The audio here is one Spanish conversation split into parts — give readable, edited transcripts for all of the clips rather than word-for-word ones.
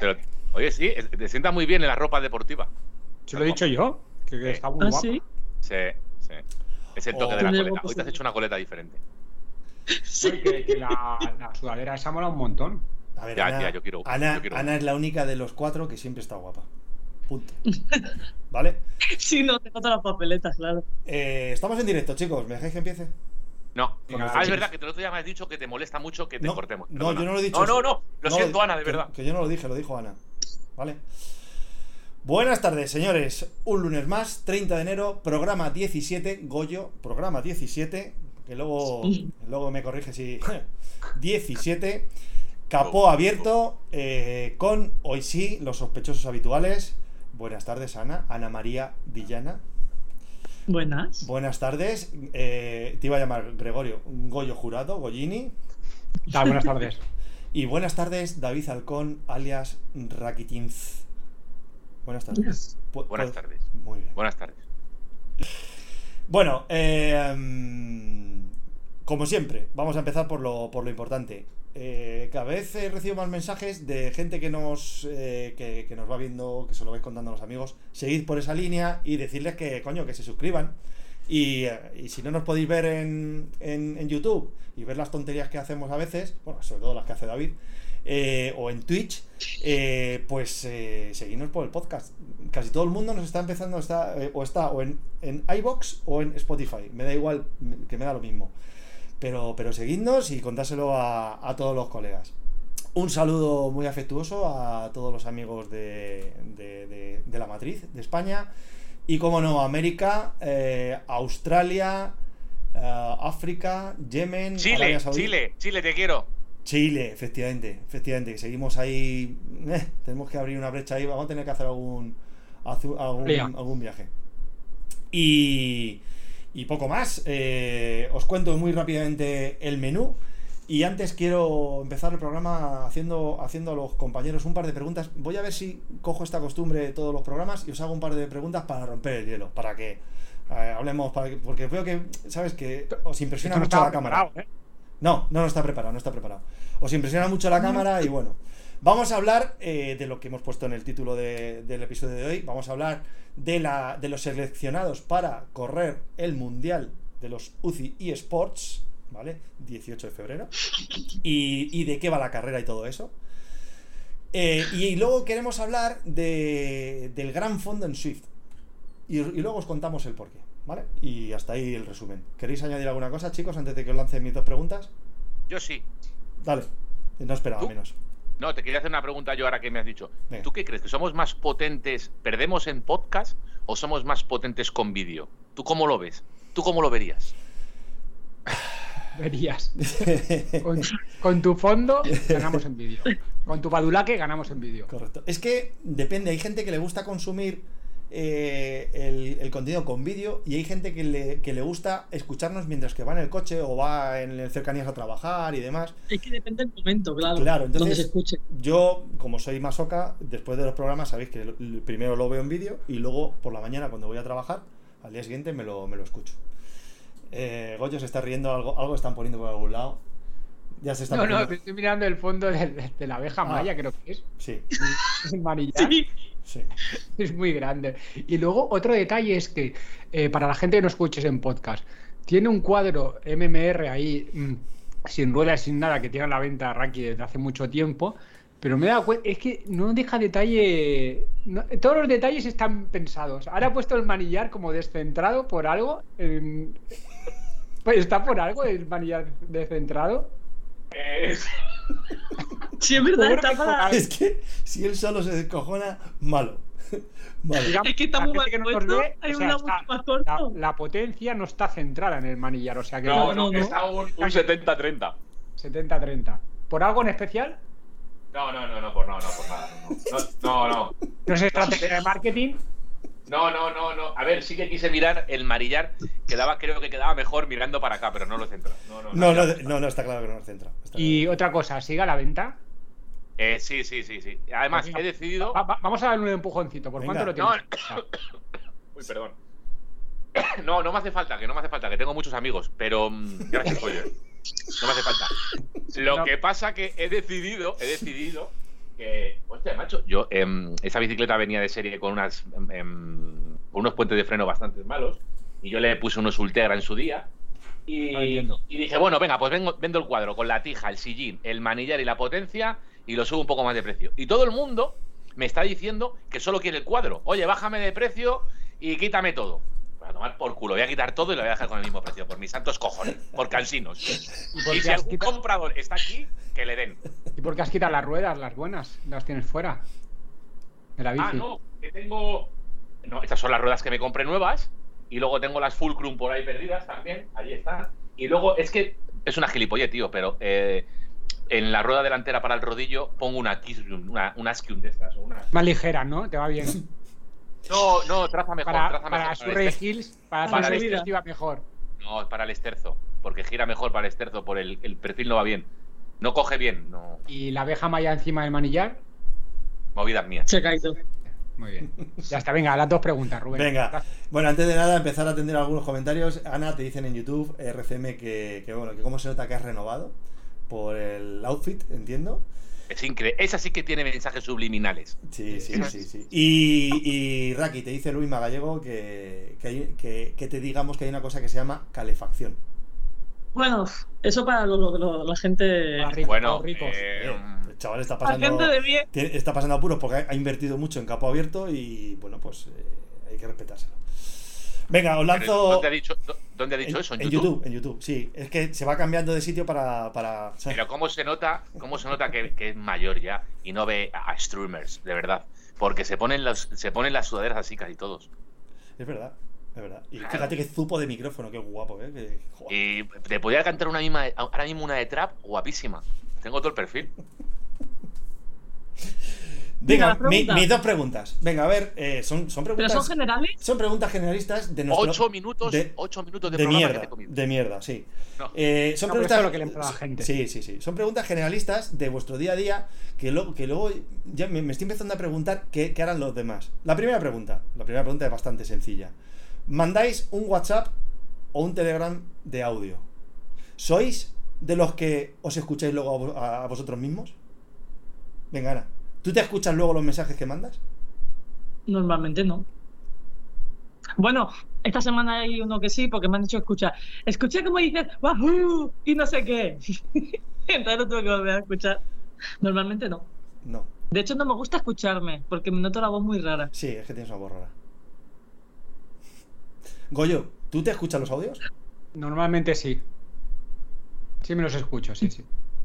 Pero, oye, sí, te sienta muy bien en la ropa deportiva. ¿Se lo he dicho yo? Que está muy guapa. ¿Sí? Sí. Es el toque de la coleta. Hoy te has hecho una coleta diferente. Sí. Que la sudadera esa mola un montón. A ver, Ya, Ana, tía, yo quiero. Ana es la única de los 4 que siempre está guapa. Punto. ¿Vale? Sí, no, tengo todas las papeletas, claro. Estamos en directo, chicos. ¿Me dejáis que empiece? No. Venga, Es verdad que el otro día me has dicho que te molesta mucho que te cortemos. No, Perdona. yo no lo he dicho. No. Lo siento, Ana, de verdad. Que yo no lo dije, lo dijo Ana. ¿Vale? Buenas tardes, señores. Un lunes más, 30 de enero, programa 17, Goyo, programa 17, que luego me corrige si... 17, capó abierto, con, hoy sí, los sospechosos habituales. Buenas tardes, Ana María Villana. Buenas. Buenas tardes, te iba a llamar Gregorio, Goyo Jurado, Goyini. Buenas tardes. Y buenas tardes, David Halcón, alias Rakitinz. Buenas tardes. Buenas tardes. Muy bien. Buenas tardes. Bueno, como siempre, vamos a empezar por lo importante. Cada vez recibo más mensajes de gente que nos va viendo, que se lo vais contando a los amigos. Seguid por esa línea y decirles que, coño, que se suscriban. Y si no nos podéis ver en YouTube y ver las tonterías que hacemos a veces, bueno, sobre todo las que hace David, o en Twitch, pues seguidnos por el podcast. Casi todo el mundo nos está empezando, está en iVoox o en Spotify. Me da igual, que me da lo mismo. Pero seguidnos y contárselo a todos los colegas. Un saludo muy afectuoso a todos los amigos de la matriz de España. Y como no, América, Australia, África, Yemen, Chile, te quiero. Chile, efectivamente, seguimos ahí. Tenemos que abrir una brecha ahí. Vamos a tener que hacer algún viaje. Y poco más. Os cuento muy rápidamente el menú. Y antes quiero empezar el programa haciendo a los compañeros un par de preguntas. Voy a ver si cojo esta costumbre de todos los programas y os hago un par de preguntas para romper el hielo, para que hablemos, porque veo que, ¿sabes? Que os impresiona mucho la cámara. No está preparado. Os impresiona mucho la cámara y bueno. Vamos a hablar de lo que hemos puesto en el título del episodio de hoy. Vamos a hablar de los seleccionados para correr el Mundial de los UCI eSports, ¿vale? 18 de febrero. Y de qué va la carrera y todo eso. Y luego queremos hablar del gran fondo en Swift. Y luego os contamos el porqué, ¿vale? Y hasta ahí el resumen. ¿Queréis añadir alguna cosa, chicos, antes de que os lance mis dos preguntas? Yo sí. Dale, no esperaba menos. No, te quería hacer una pregunta yo ahora que me has dicho. Venga. ¿Tú qué crees? ¿Que somos más potentes, perdemos en podcast o somos más potentes con vídeo? ¿Tú cómo lo ves? ¿Tú cómo lo verías? Verías. Con tu fondo ganamos en vídeo. Con tu badulaque ganamos en vídeo. Correcto. Es que depende, hay gente que le gusta consumir el contenido con vídeo y hay gente que le gusta escucharnos mientras que va en el coche o va en el cercanías a trabajar y demás. Es que depende del momento, claro. Entonces donde se escuche. Yo, como soy masoca, después de los programas sabéis que primero lo veo en vídeo y luego por la mañana cuando voy a trabajar, al día siguiente me lo escucho. Goyo se está riendo, algo están poniendo por algún lado. Ya se está No, estoy mirando el fondo de la abeja maya, creo que es. Sí. El manillar. Sí. Es muy grande. Y luego otro detalle es que para la gente que no escuches en podcast, tiene un cuadro MMR ahí sin ruedas, sin nada, que tiene a la venta Raki desde hace mucho tiempo, pero me he dado cuenta, es que no deja detalle, todos los detalles están pensados. Ahora ha puesto el manillar como descentrado por algo. Pues está por algo el manillar descentrado. Sí, es verdad, está para... Es que si él solo se descojona, malo. Vale. Digamos, es que está muy mal que no puesto, nos ve, hay o sea, una mucho más corto. la potencia no está centrada en el manillar, o sea que No, está un 70-30. 70-30. ¿Por algo en especial? No, por nada. No. ¿No es estrategia de marketing? No. A ver, sí que quise mirar el manillar, creo que quedaba mejor mirando para acá, pero no lo centro. No, está claro que no lo centra. Y otra cosa, ¿sigue a la venta? Sí. Además, he decidido... Vamos a darle un empujoncito. ¿Por Venga. cuánto lo tienes? Uy, perdón. No me hace falta, que tengo muchos amigos, pero... Gracias, Goyo. No me hace falta. Lo que pasa que he decidido hostia, macho, yo esa bicicleta venía de serie con con unos puentes de freno bastante malos y yo le puse unos Ultegra en su día y dije, bueno, venga, pues vendo el cuadro con la tija, el sillín, el manillar y la potencia y lo subo un poco más de precio. Y todo el mundo me está diciendo que solo quiere el cuadro. Oye, bájame de precio y quítame todo. Voy a tomar por culo, voy a quitar todo y lo voy a dejar con el mismo precio, por mis santos cojones, por cansinos. Y si algún comprador está aquí, que le den. ¿Y por qué has quitado las ruedas, las buenas? ¿Las tienes fuera? De la bici. Ah, no, que tengo... No, estas son las ruedas que me compré nuevas y luego tengo las Fulcrum por ahí perdidas también, allí están. Y luego, es que es una gilipollez, tío, pero en la rueda delantera para el rodillo pongo una Kissium, una Askium de estas. Más ligera, ¿no? Te va bien. No, traza mejor. Para Surrey Hills, para el esterzo iba mejor. No, es para el esterzo, porque gira mejor para el esterzo, por el perfil no va bien. No coge bien, no. ¿Y la abeja maya encima del manillar? Movidas mías. Se ha caído. Muy bien. Ya está, venga, las dos preguntas, Rubén. Venga. Bueno, antes de nada, empezar a atender algunos comentarios. Ana, te dicen en YouTube, RCM, que cómo se nota que has renovado por el outfit, entiendo. Es increíble. Esa sí que tiene mensajes subliminales. Sí. Y Raki, te dice Luis Magallego que te digamos que hay una cosa que se llama calefacción. Bueno, eso para la gente... Bueno, los ricos. El chaval está La gente pasando, de bien. está pasando apuros porque ha invertido mucho en campo abierto y bueno, pues hay que respetárselo. Venga, os lanzo... ¿Dónde ha dicho eso? En YouTube, sí. Es que se va cambiando de sitio para... Pero ¿cómo se nota que es mayor ya y no ve a streamers, de verdad? Porque se ponen las sudaderas así casi todos. Es verdad. Y claro. Fíjate qué zupo de micrófono, qué guapo, Y te podría cantar ahora mismo una de trap guapísima. Tengo todo el perfil. Venga, mis dos preguntas. Venga, a ver, son preguntas. ¿Pero son generales? Son preguntas generalistas de nuestro. 8 minutos de programa mierda, que te he comido. de mierda, sí. No. Son preguntas. Lo que le entra a la gente. Sí. Son preguntas generalistas de vuestro día a día que luego ya me estoy empezando a preguntar qué harán los demás. La primera pregunta es bastante sencilla. ¿Mandáis un WhatsApp o un Telegram de audio? ¿Sois de los que os escucháis luego a vosotros mismos? Venga, Ana. ¿Tú te escuchas luego los mensajes que mandas? Normalmente no. Bueno, esta semana hay uno que sí, porque me han dicho escucha como dices ¡wahoo! Y no sé qué. Entonces lo tuve que volver a escuchar. Normalmente no. No. De hecho, no me gusta escucharme, porque me noto la voz muy rara. Sí, es que tienes una voz rara. Goyo, ¿tú te escuchas los audios? Normalmente sí. Sí me los escucho, sí.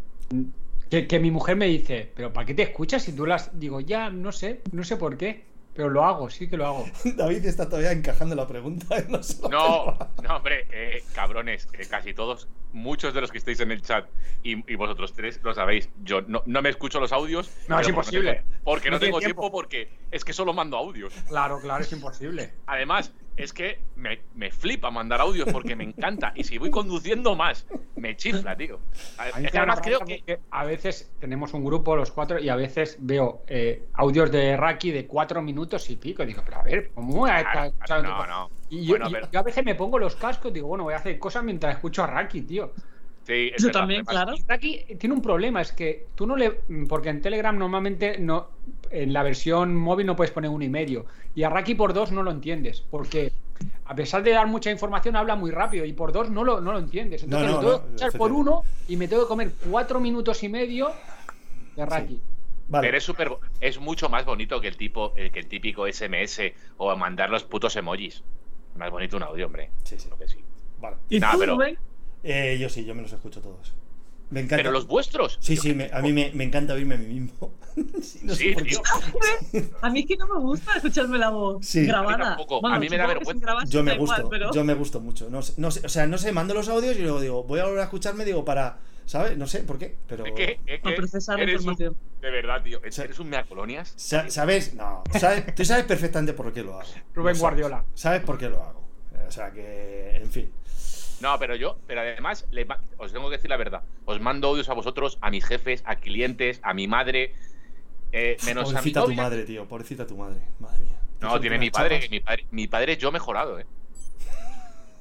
Que mi mujer me dice, ¿pero para qué te escuchas si tú las...? Digo, ya, no sé por qué, pero lo hago, sí que lo hago. David está todavía encajando la pregunta. No, hombre, cabrones, casi todos, muchos de los que estáis en el chat y vosotros tres lo sabéis, yo no me escucho los audios. No, es imposible. Porque no tengo tiempo, porque es que solo mando audios. Claro, es imposible. Además, es que me flipa mandar audios porque me encanta. Y si voy conduciendo más, me chifla, tío. Es que además creo que a veces tenemos un grupo, los cuatro, y a veces veo audios de Raki de 4 minutos y pico. Y digo, pero a ver, ¿cómo voy a estar escuchando? No. Y yo a veces me pongo los cascos y digo, bueno, voy a hacer cosas mientras escucho a Raki, tío. Sí, yo también, claro. Raki tiene un problema, es que tú no le... Porque en Telegram normalmente no... En la versión móvil no puedes poner 1,5. Y a Raki por 2 no lo entiendes. Porque a pesar de dar mucha información, habla muy rápido. Y por 2 no lo entiendes. Entonces lo tengo que escuchar por 1 y me tengo que comer 4 minutos y medio de Raki. Sí. Vale. Pero es mucho más bonito que el típico SMS o mandar los putos emojis. Más bonito un audio, hombre. Sí. Lo que sí. Vale. ¿Y tú, Rubén? Yo me los escucho todos. Me encanta. ¿Pero los vuestros? Sí, a mí me encanta oírme a mí mismo. Sí, tío. A mí es que no me gusta escucharme la voz grabada. A mí me da vergüenza. Yo me gusto mucho. No sé, mando los audios y luego digo, voy a volver a escucharme, para... ¿Sabes? No sé por qué, pero... Es que procesar la información. De verdad, tío. ¿Eres un meacolonias? ¿Sabes? No. Tú sabes perfectamente por qué lo hago. Rubén Guardiola. ¿Sabes por qué lo hago? O sea que, en fin. No, pero además, os tengo que decir la verdad. Os mando audios a vosotros, a mis jefes, a clientes, a mi madre, menos pobrecita a mi novia. tu madre, tío. Pobrecita tu madre. Madre mía. No, tiene mi padre, que mi padre yo mejorado,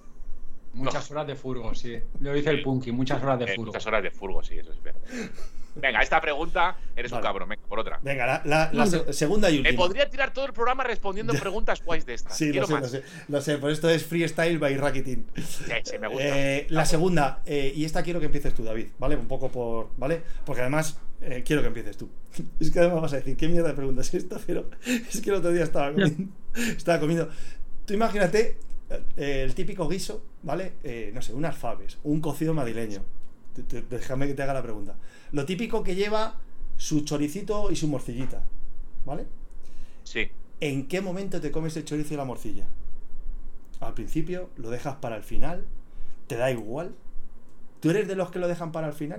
Muchas horas de furgo, sí. Lo dice el Punky, muchas horas de furgo. Muchas horas de furgo, sí, eso es verdad. Venga, esta pregunta eres un Vale. cabrón. Venga, por otra. Venga, segunda y Me última. podría tirar todo el programa respondiendo preguntas guays de estas. Sí, Quiero lo más. sé, por esto es Freestyle by Rakitin. Sí, me gusta. La segunda, y esta quiero que empieces tú, David, ¿vale? Un poco por, ¿vale? Porque además quiero que empieces tú. Es que además vas a decir, ¿qué mierda de pregunta es esta? Pero es que el otro día estaba comiendo. Tú imagínate el típico guiso, ¿vale? No sé, unas faves, un cocido madrileño. Déjame que te haga la pregunta. Lo típico que lleva su choricito y su morcillita, ¿vale? Sí. ¿En qué momento te comes el chorizo y la morcilla? ¿Al principio? ¿Lo dejas para el final? ¿Te da igual? ¿Tú eres de los que lo dejan para el final?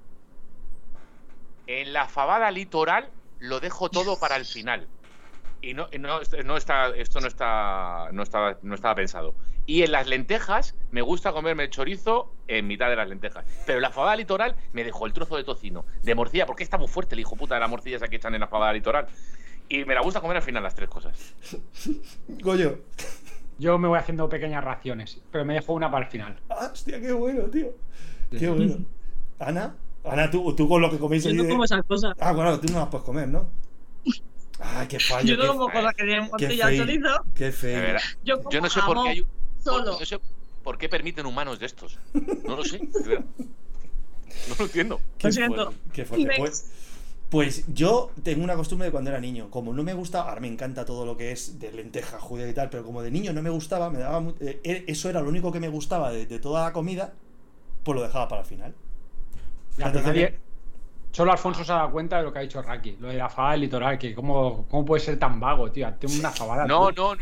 En la fabada litoral lo dejo todo para el final. Y esto no estaba pensado. Y en las lentejas me gusta comerme el chorizo en mitad de las lentejas. Pero en la fabada litoral me dejo el trozo de tocino, de morcilla, porque está muy fuerte el hijo puta de la morcilla esa que echan en la fabada litoral. Y me la gusta comer al final las tres cosas. Goyo. Yo me voy haciendo pequeñas raciones, pero me dejo una para el final. Hostia, qué bueno, tío. Qué bueno. Ana, tú con lo que coméis Yo ahí no de- como esas cosas. bueno, tú no las puedes comer, ¿no? Ay, qué fallo. Yo no qué- como cosas que tienen qué morcilla o feo, chorizo. qué De feo. verdad. Yo como Yo no sé por jamón qué hay. solo. No sé por qué permiten humanos de estos. No lo sé, de verdad. No lo entiendo. Qué Lo siento. fuerte, qué fuerte. Next. Pues yo tengo una costumbre de cuando era niño. Como no me gusta, ahora me encanta todo lo que es de lenteja, judía y tal, pero como de niño no me gustaba, me daba eso era lo único que me gustaba de toda la comida, pues lo dejaba para el final. Ya, Entonces, pero nadie- Solo Alfonso se ha dado cuenta de lo que ha dicho Raki, lo de la fabada del litoral, que cómo puede ser tan vago, tío. Tengo una fabada. No. tío.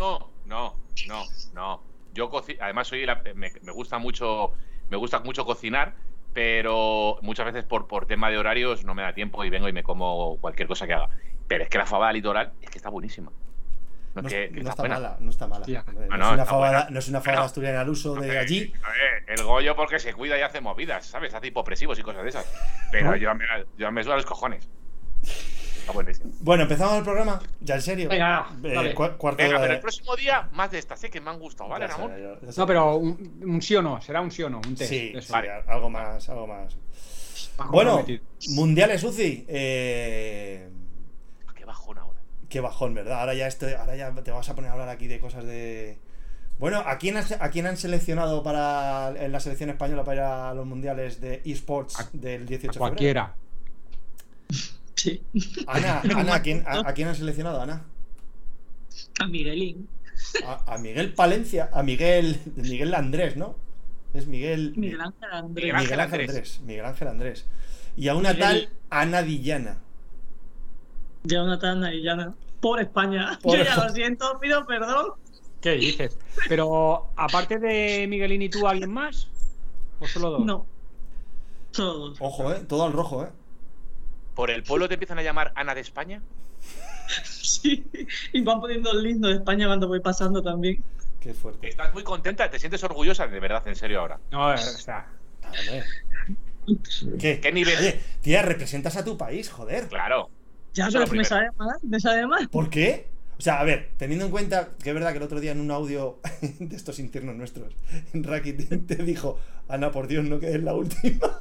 Yo además me gusta mucho cocinar, pero muchas veces por tema de horarios no me da tiempo y vengo y me como cualquier cosa que haga. Pero es que la fabada litoral es que está buenísima. No, Es que no está está buena. mala, no está mala. Tía. Hombre, No, no es una está fabada, buena. no es una fabada Bueno, asturiana al uso de allí. El Goyo porque se cuida y hace movidas, ¿sabes? Hace hipopresivos y cosas de esas. Pero ¿No? yo me suda los cojones. Está buenísimo. Bueno, empezamos el programa, ya en serio. Venga, dale. Cuarto Venga, de- pero el próximo día más de estas, que me han gustado, ¿vale, Ya sé, Ramón? ya sé. No, pero un sí o no, será un sí o no, un test. Sí, Eso. sí, Vale. algo más, algo más. Más Bueno, comprometido. mundiales UCI. Qué bajón ahora. Qué bajón, ¿verdad? Ahora ya te vas a poner a hablar aquí de cosas de. Bueno, ¿a quién han seleccionado en la selección española para ir a los mundiales de eSports del 18 de febrero? Cualquiera. Sí. Ana, ¿a quién han seleccionado, Ana? A Miguelín. A Miguel Palencia, a Miguel Andrés, ¿no? Es Miguel Ángel Andrés. Miguel Ángel Andrés. Miguel Ángel Andrés. Y a una Miguel. tal Ana Dillana. Jonathan Arillana. Por España. Por Yo ya España. lo siento, pido perdón. ¿Qué dices? Pero, aparte de Miguelín y tú, ¿alguien más? ¿O solo dos? No. Todos. Ojo, todo al rojo, ¿Por el pueblo te empiezan a llamar Ana de España? Sí. Y van poniendo el lindo de España cuando voy pasando también. Qué fuerte. ¿Estás muy contenta? ¿Te sientes orgullosa? De verdad, en serio ahora. No, o sea, Hombre. ¿Qué? ¿Qué nivel? Oye, tía, representas a tu país, joder. Claro. Ya, Eso pero es lo me primero. sabe mal. Me sabe mal. ¿Por qué? O sea, a ver, teniendo en cuenta que es verdad que el otro día en un audio de estos internos nuestros, Raki te dijo, Ana, por Dios, no quedes la última.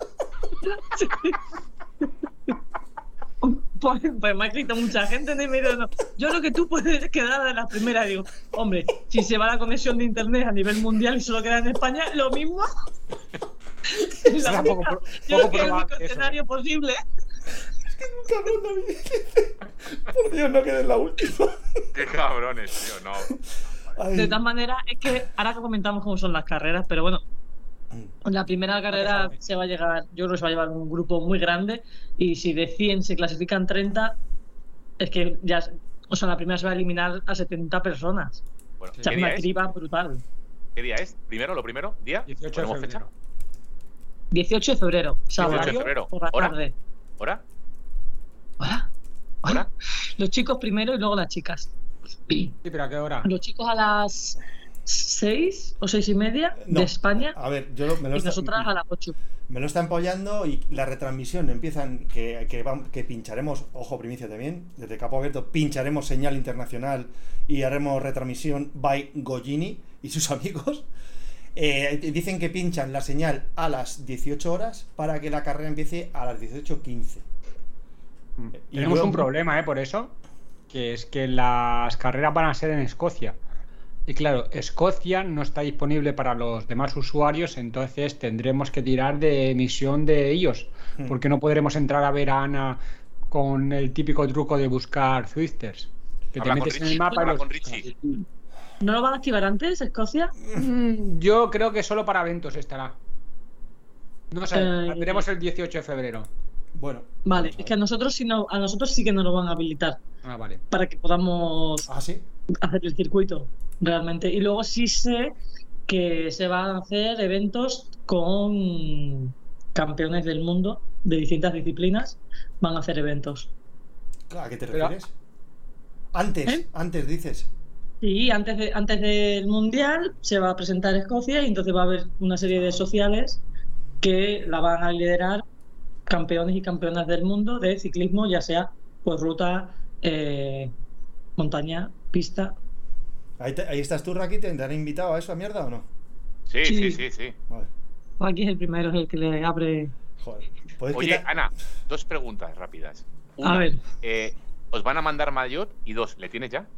Pues me ha escrito mucha gente en el medio. No. Yo creo que tú puedes quedar de la primera. Digo, hombre, si se va la conexión de internet a nivel mundial y solo queda en España, lo mismo. será poco Yo creo que es el probable único eso. escenario posible. Cabrón, David. Por Dios, no quedes la última. Qué cabrones, tío. No. Ay. De todas maneras, es que ahora que comentamos cómo son las carreras, pero bueno, en la primera carrera se va a llegar, yo creo que se va a llevar un grupo muy grande y si de 100 se clasifican 30, es que ya, o sea, la primera se va a eliminar a 70 personas. Bueno, O sea, ¿qué una día es? criba brutal. ¿Qué día es? ¿Lo primero? ¿Día? 18 de ¿Ponemos fecha? febrero. 18 de febrero, sábado, 18 de febrero. por la ¿Hora? tarde. ¿Hora? ¿Hola? ¿Hora? Los chicos primero y luego las chicas. Sí, pero ¿a qué hora? Los chicos a las 6 o 6:30 No, de España A ver, y nosotras a las 8. me lo está empollando y la retransmisión empiezan que pincharemos, ojo primicia también, desde Capo Abierto pincharemos señal internacional y haremos retransmisión by Gollini y sus amigos. Dicen que pinchan la señal a las 18 horas para que la carrera empiece a las 18:15. Y Tenemos luego- un problema, por eso, que es que las carreras van a ser en Escocia. Y claro, Escocia no está disponible para los demás usuarios, entonces tendremos que tirar de emisión de ellos, porque no podremos entrar a ver a Ana con el típico truco de buscar Zwifters. Que te Habla con metes en el Richie, mapa y habla los con buscas. Richie. ¿No lo van a activar antes, Escocia? Yo creo que solo para eventos estará. No sé, Eh, veremos el 18 de febrero. Bueno. Vale, vamos a es que ver. a nosotros sí que nos lo van a habilitar Ah, vale. para que podamos Ah, sí. hacer el circuito realmente. Y luego sí sé que se van a hacer eventos con campeones del mundo de distintas disciplinas. Van a hacer eventos. ¿A qué te Pero- refieres? Antes, ¿Eh? antes dices. Sí, antes del Mundial se va a presentar Escocia y entonces va a haber una serie de sociales que la van a liderar campeones y campeonas del mundo de ciclismo, ya sea pues ruta, montaña, pista. Ahí estás tú, Raki, ¿te han invitado a eso a mierda o no? Sí, Sí. sí. Vale. Aquí es el primero, es el que le abre. Joder. ¿Puedes Oye, quitar- Ana, 2 preguntas rápidas. A ver. ¿Os van a mandar maillot? Y 2, ¿le tienes ya?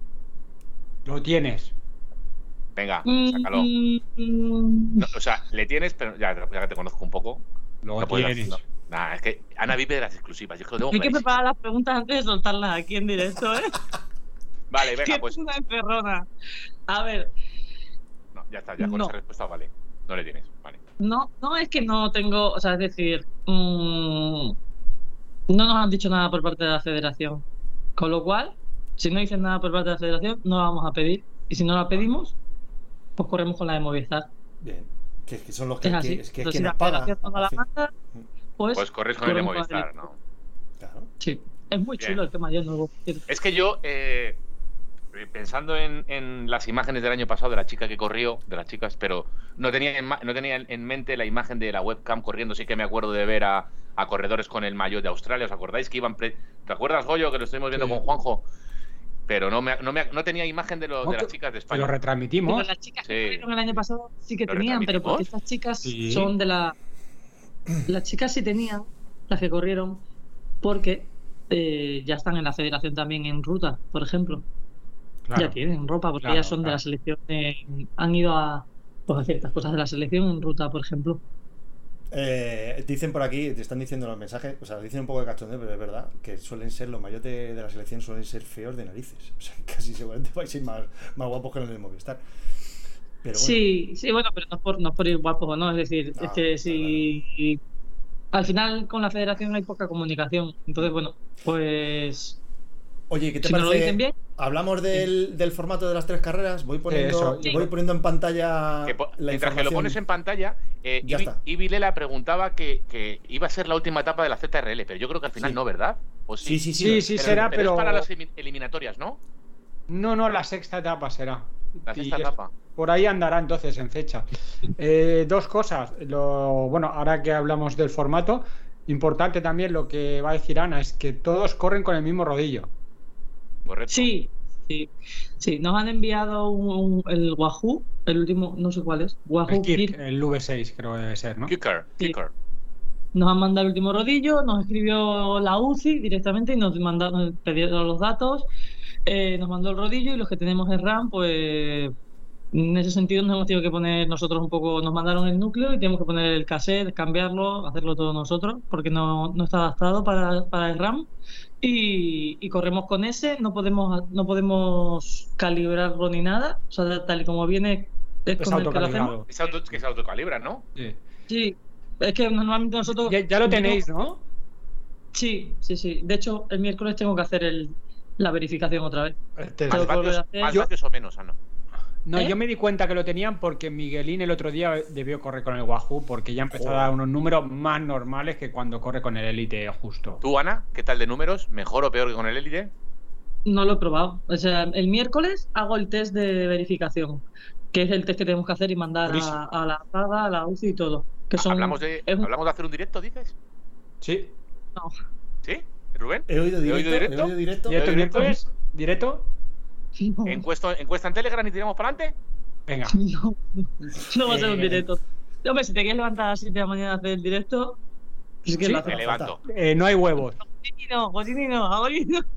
Lo tienes. Venga, sácalo. Mm, No, o sea, le tienes, pero ya que te conozco un poco. Lo no puedes tienes. hacer- no. Nah, es que Ana vive de las exclusivas. Yo es que lo tengo Hay que clarísimo. preparar las preguntas antes de soltarlas aquí en directo, ¿eh? Vale, venga, Que pues. es una encerrona. A ver, No, ya está, ya con No. esa respuesta vale. No le tienes, vale. no es que no tengo, o sea, es decir, no nos han dicho nada por parte de la federación. Con lo cual, si no dicen nada por parte de la federación, no la vamos a pedir. Y si no la pedimos, pues corremos con la de Movistar. Bien. Que son los que, Es así. es que Entonces, quien si nos la paga. federación no la al fin. manda, pues Pues corres con el de corremos con Movistar, ¿no? Claro. Sí, es muy Bien. chulo el tema, yo nuevo. Es que yo, pensando en las imágenes del año pasado de la chica que corrió, de las chicas, pero no tenía en mente la imagen de la webcam corriendo. Sí que me acuerdo de ver a corredores con el maillot de Australia. ¿Os acordáis que iban? ¿Te acuerdas, Goyo, que lo estuvimos viendo Sí. con Juanjo? Pero no tenía imagen de, No, de las que- chicas de Que España. lo retransmitimos. Pero las chicas Sí. que corrieron el año pasado sí que ¿Lo tenían, pero porque retransmitimos? estas chicas Sí. son de la... Las chicas sí tenían, las que corrieron, porque ya están en la federación también en ruta, por ejemplo. Claro. Ya tienen ropa, porque Claro, ellas son de claro. la selección, han ido a, pues, a ciertas cosas de la selección en ruta, por ejemplo. Dicen por aquí, te están diciendo los mensajes, o sea, dicen un poco de cachondeo, pero es verdad que suelen ser, los mayotes de la selección suelen ser feos de narices. O sea, casi seguramente vais a ir más guapos que los del Movistar. Pero bueno, Sí, bueno, pero no es por ir guapos o no, es decir, No, es que si al final con la federación hay poca comunicación, entonces bueno, pues oye, ¿qué te si nos lo parece? dicen bien, Hablamos del formato de las 3 carreras. Voy poniendo, Eso. voy poniendo en pantalla la Mientras que lo información. pones en pantalla, Ya está. Ibi Lela preguntaba que iba a ser la última etapa de la ZRL, pero yo creo que al final Sí. no, ¿verdad? ¿O Sí, sí, Sí, sí, será, pero pero. es para las eliminatorias, ¿no? No, la sexta etapa será. La sexta Y etapa. Por ahí andará entonces en fecha. 2 cosas. Bueno, ahora que hablamos del formato, importante también lo que va a decir Ana es que todos corren con el mismo rodillo. Correcto. sí, nos han enviado el Wahoo, el último, no sé cuál es, Wahoo El Kirk, Kirk. el V6 creo que debe ser, ¿no? Kicker. Sí. Nos han mandado el último rodillo, nos escribió la UCI directamente y nos pidieron los datos, nos mandó el rodillo y los que tenemos en RAM, pues en ese sentido nos hemos tenido que poner nosotros un poco, nos mandaron el núcleo y tenemos que poner el cassette, cambiarlo, hacerlo todo nosotros, porque no está adaptado para el RAM y corremos con ese, no podemos calibrarlo ni nada, o sea, tal y como viene es Es con el que lo hacemos. autocalibrado. Que se autocalibra, ¿no? Sí. Sí, es que normalmente nosotros... Ya lo tenéis, ¿no? Sí. De hecho, el miércoles tengo que hacer la verificación otra vez. Este- Tengo ¿Más que volver a vatios, hacer. más Yo- vatios o menos, Ana? No, ¿Eh? yo me di cuenta que lo tenían porque Miguelín el otro día debió correr con el Wahoo porque ya empezó a Joder. dar unos números más normales que cuando corre con el Elite justo. ¿Tú, Ana, qué tal de números? ¿Mejor o peor que con el Elite? No lo he probado. O sea, el miércoles hago el test de verificación, que es el test que tenemos que hacer y mandar Buenísimo. a la paga, a la UCI y todo. Que son, ¿Hablamos de es un- hacer un directo, dices? Sí. no. ¿Sí? ¿Rubén? He oído directo. directo? He oído directo. ¿Directo el directo? miércoles? ¿Directo? No, ¿Encuesta en Telegram y tiramos para adelante? Venga. no va a ser un directo. Hombre, si te quieres levantar a las 7 de la mañana a hacer el directo, pues es que Sí, lo Me hacemos. levanto. No hay huevos. Gosini no, a Gosini no.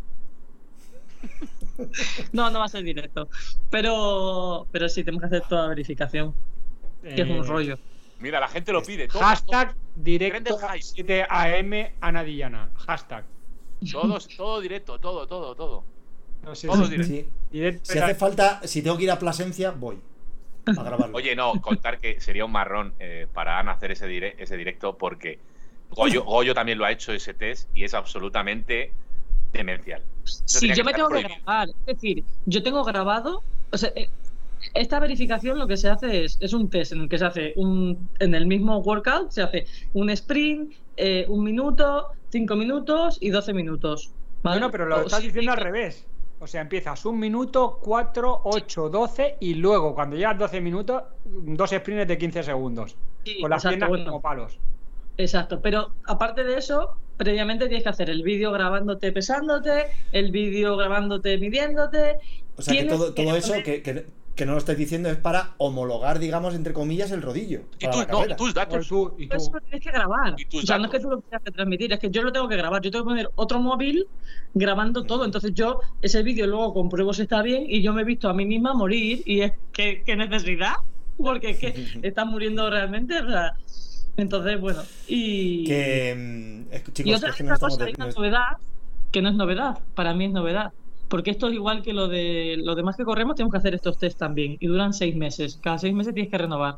No va a ser directo. Pero sí, tenemos que hacer toda la verificación. Que es un rollo. Mira, la gente lo pide. Todo, Hashtag todo. directo Prende el hype. 7 AM Ana Dillana. Hashtag. Todo directo, todo. No sé Todo si- directo. Sí. directo Si hace falta, si tengo que ir a Plasencia, voy a grabarlo. Oye, no, contar que sería un marrón para Ana hacer ese directo porque Goyo también lo ha hecho ese test y es absolutamente demencial. Eso Sí, tenía yo me estar tengo que prohibido. grabar. Es decir, yo tengo grabado. O sea, esta verificación lo que se hace es un test en el que se hace en el mismo workout, se hace un sprint, 1 minuto, 5 minutos y 12 minutos. ¿vale? Bueno, pero lo estás diciendo al revés. O sea, empiezas 1 minuto, 4, 8, 12 y luego cuando llegas 12 minutos, 2 sprints de 15 segundos. Sí, Con las exacto, piernas bueno. como palos. Exacto, pero aparte de eso, previamente tienes que hacer el vídeo grabándote pesándote, el vídeo grabándote midiéndote. O sea, que Tienes todo eso poner- que no lo estáis diciendo es para homologar, digamos, entre comillas, el rodillo. Y Para la carrera. tus datos. Tú. Eso lo tienes que grabar. Y tus O sea, no es que datos. tú lo quieras transmitir, es que yo lo tengo que grabar. Yo tengo que poner otro móvil grabando todo. Entonces yo ese vídeo luego compruebo si está bien y yo me he visto a mí misma morir y es que ¿qué necesidad? Porque es que estás muriendo realmente. O sea, entonces, bueno. Y Chicos, otra, es que no otra estamos cosa, hay una novedad que no es novedad. Para mí es novedad. Porque esto es igual que lo de los demás que corremos, tenemos que hacer estos test también. Y duran 6 meses. Cada 6 meses tienes que renovar.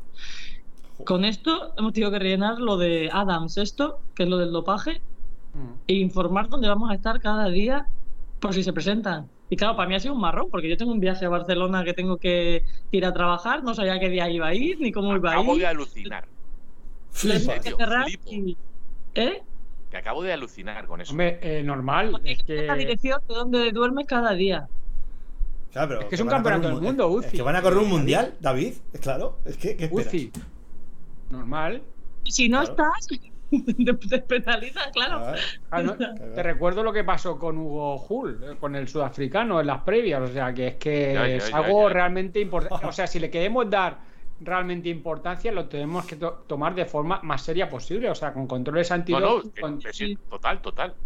Con esto hemos tenido que rellenar lo de Adams, que es lo del dopaje, e informar dónde vamos a estar cada día por si se presentan. Y claro, para mí ha sido un marrón, porque yo tengo un viaje a Barcelona que tengo que ir a trabajar, no sabía qué día iba a ir, ni cómo iba a Acabo de ir. alucinar. Lo he tenido que serio, cerrar flipo. y... ¿Eh? Que acabo de alucinar con eso. Hombre, normal. Porque Es hay que tener la que dirección de dónde duermes cada día. Claro, pero Es que es un van a correr campeonato del mundo, Es UCI. que van a correr un mundial, David. Es claro. Es que, ¿qué esperas? UCI. Normal. Y si no Claro. estás, te penalizas, claro. Ah, Ah, no, te recuerdo lo que pasó con Hugo Hull, con el sudafricano en las previas. O sea, que es que Ya, es ya, algo ya. realmente importante. O sea, si le queremos dar realmente importancia, lo tenemos que tomar de forma más seria posible. O sea, con controles No, antidoping. no, sí, total.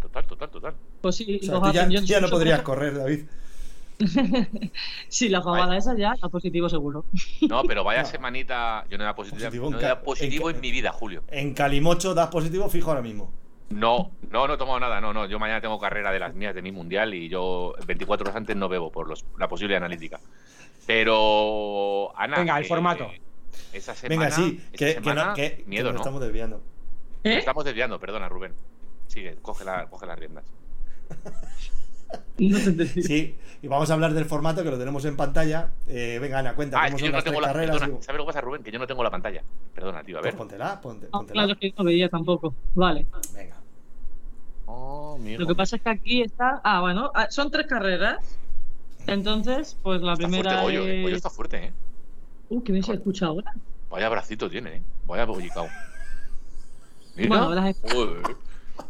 Pues sí, o sea, los tú hacen. Yo ya no supongo podrías que- correr, David. Sí, la fabada esa ya, la positivo seguro. No, pero vaya No. semanita, yo no he dado Positivo no he dado positivo en mi vida, Julio. En Calimocho das positivo fijo ahora mismo. No he tomado nada, no. Yo mañana tengo carrera de las mías de mi mundial y yo 24 horas antes no bebo por la posible analítica. Pero, Ana. Venga, el formato. Esa semana. Venga, sí, esa semana, que miedo, nos ¿no? estamos desviando. ¿Eh? Nos estamos desviando, perdona, Rubén. Sigue, coge las riendas. No te entendí. Sí, y vamos a hablar del formato que lo tenemos en pantalla. Venga, Ana, cuenta Es cómo que son yo no las tengo tres la. carreras. Perdona, ¿sabes lo que pasa, Rubén? Que yo no tengo la pantalla. Perdona, tío, a Pues ver. póntela. No, póntela. claro, que no veía tampoco. Vale. Venga. Oh, mi hijo. Lo que pasa es que aquí está. Ah, bueno, son 3 carreras. Entonces, pues la Está primera fuerte, Goyo, Goyo es. está fuerte, ¿eh? ¿Qué me se escucha ahora? Vaya bracito tiene, ¿eh? Vaya bollicao. Mira. Bueno, Joder.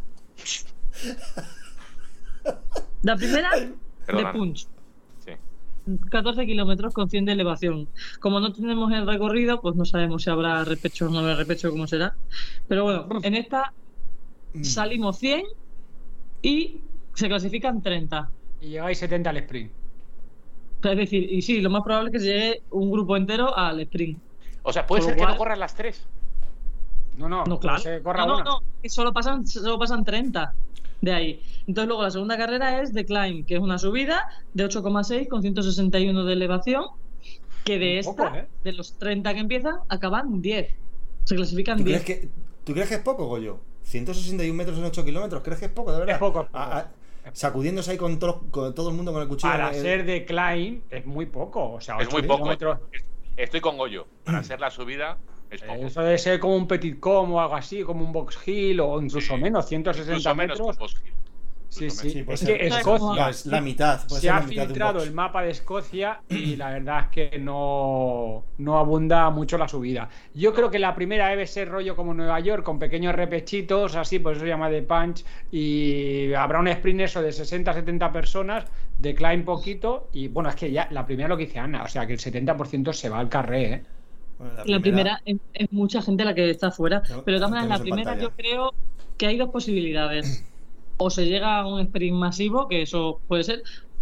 La primera, de Perdona. punch. Sí. 14 kilómetros con 100 de elevación. Como no tenemos el recorrido, pues no sabemos si habrá repecho o no habrá repecho, cómo será. Pero bueno, en esta salimos 100 y se clasifican 30. Y llegáis 70 al sprint. Es decir, y sí, lo más probable es que se llegue un grupo entero al sprint. O sea, puede Con ser lo que no cual- corran las 3. No, No, claro. se corra No, una. no, que solo pasan 30 de ahí. Entonces luego la segunda carrera es The Climb, que es una subida de 8,6 con 161 de elevación, que de Un esta, poco, ¿eh? de los 30 que empiezan, acaban 10. Se clasifican ¿Tú 10. crees que es poco, Goyo? 161 metros en 8 kilómetros, ¿crees que es poco, de verdad? Es poco, es poco. Sacudiéndose ahí con todo el mundo con el cuchillo. Para en el- ser de Klein es muy poco. O sea, Es 8 muy poco. kilómetros. Estoy con Goyo. Para ser la subida, es poco. Eso debe ser como un Petit Com o algo así, como un Box Hill o incluso Sí. menos, 160 Incluso menos metros. que Box Hill. Sí, Incluso sí. menos. puede Es ser. que No, Escocia es la mitad. puede se ser ha la mitad de un filtrado box. el mapa de Escocia y la verdad es que no abunda mucho la subida. Yo creo que la primera debe ser rollo como Nueva York, con pequeños repechitos, así, por eso se llama de punch, y habrá un sprint eso de 60-70 personas, de climb poquito, y bueno, es que ya la primera lo que dice Ana, o sea que el 70% se va al carré, ¿eh? Bueno, La primera es mucha gente la que está fuera. No, pero de todas maneras, la tenemos en primera pantalla. yo creo que hay 2 posibilidades. o se llega a un sprint masivo, que eso puede ser,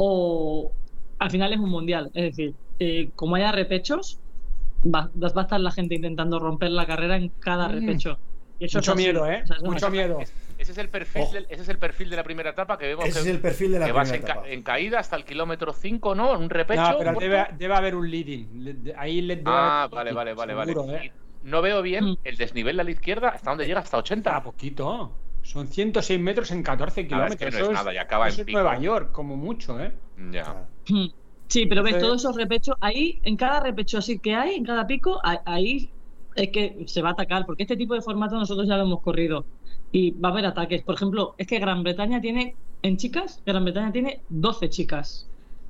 o al final es un mundial. Es decir, como haya repechos, va a estar la gente intentando romper la carrera en cada repecho. Y eso mucho miedo, ¿eh? O sea, mucho miedo. Ese es el perfil de la primera etapa que vemos. Ese es el perfil de la primera etapa. Que vas en caída hasta el kilómetro 5, ¿no? Un repecho. No, pero debe haber un leading. Ahí debe vale. seguro, ¿eh? No veo bien el desnivel a la izquierda. ¿Hasta dónde llega? Hasta 80. Poquito. Son 106 metros en 14 kilómetros. Es que no es nada, y acaba en pico. Nueva York, como mucho, ¿eh? Ya. Sí, pero ves, todos esos repechos, ahí, en cada repecho así que hay, en cada pico, ahí es que se va a atacar, porque este tipo de formato nosotros ya lo hemos corrido y va a haber ataques. Por ejemplo, es que Gran Bretaña tiene, en chicas, Gran Bretaña tiene 12 chicas.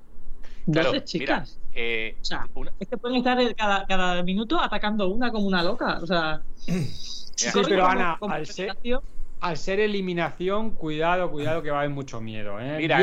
12 chicas. Mira, o sea, es que pueden estar cada minuto atacando una como una loca. O sea, sí, pero Ana, al ser eliminación, cuidado que va a haber mucho miedo, ¿eh? Mira,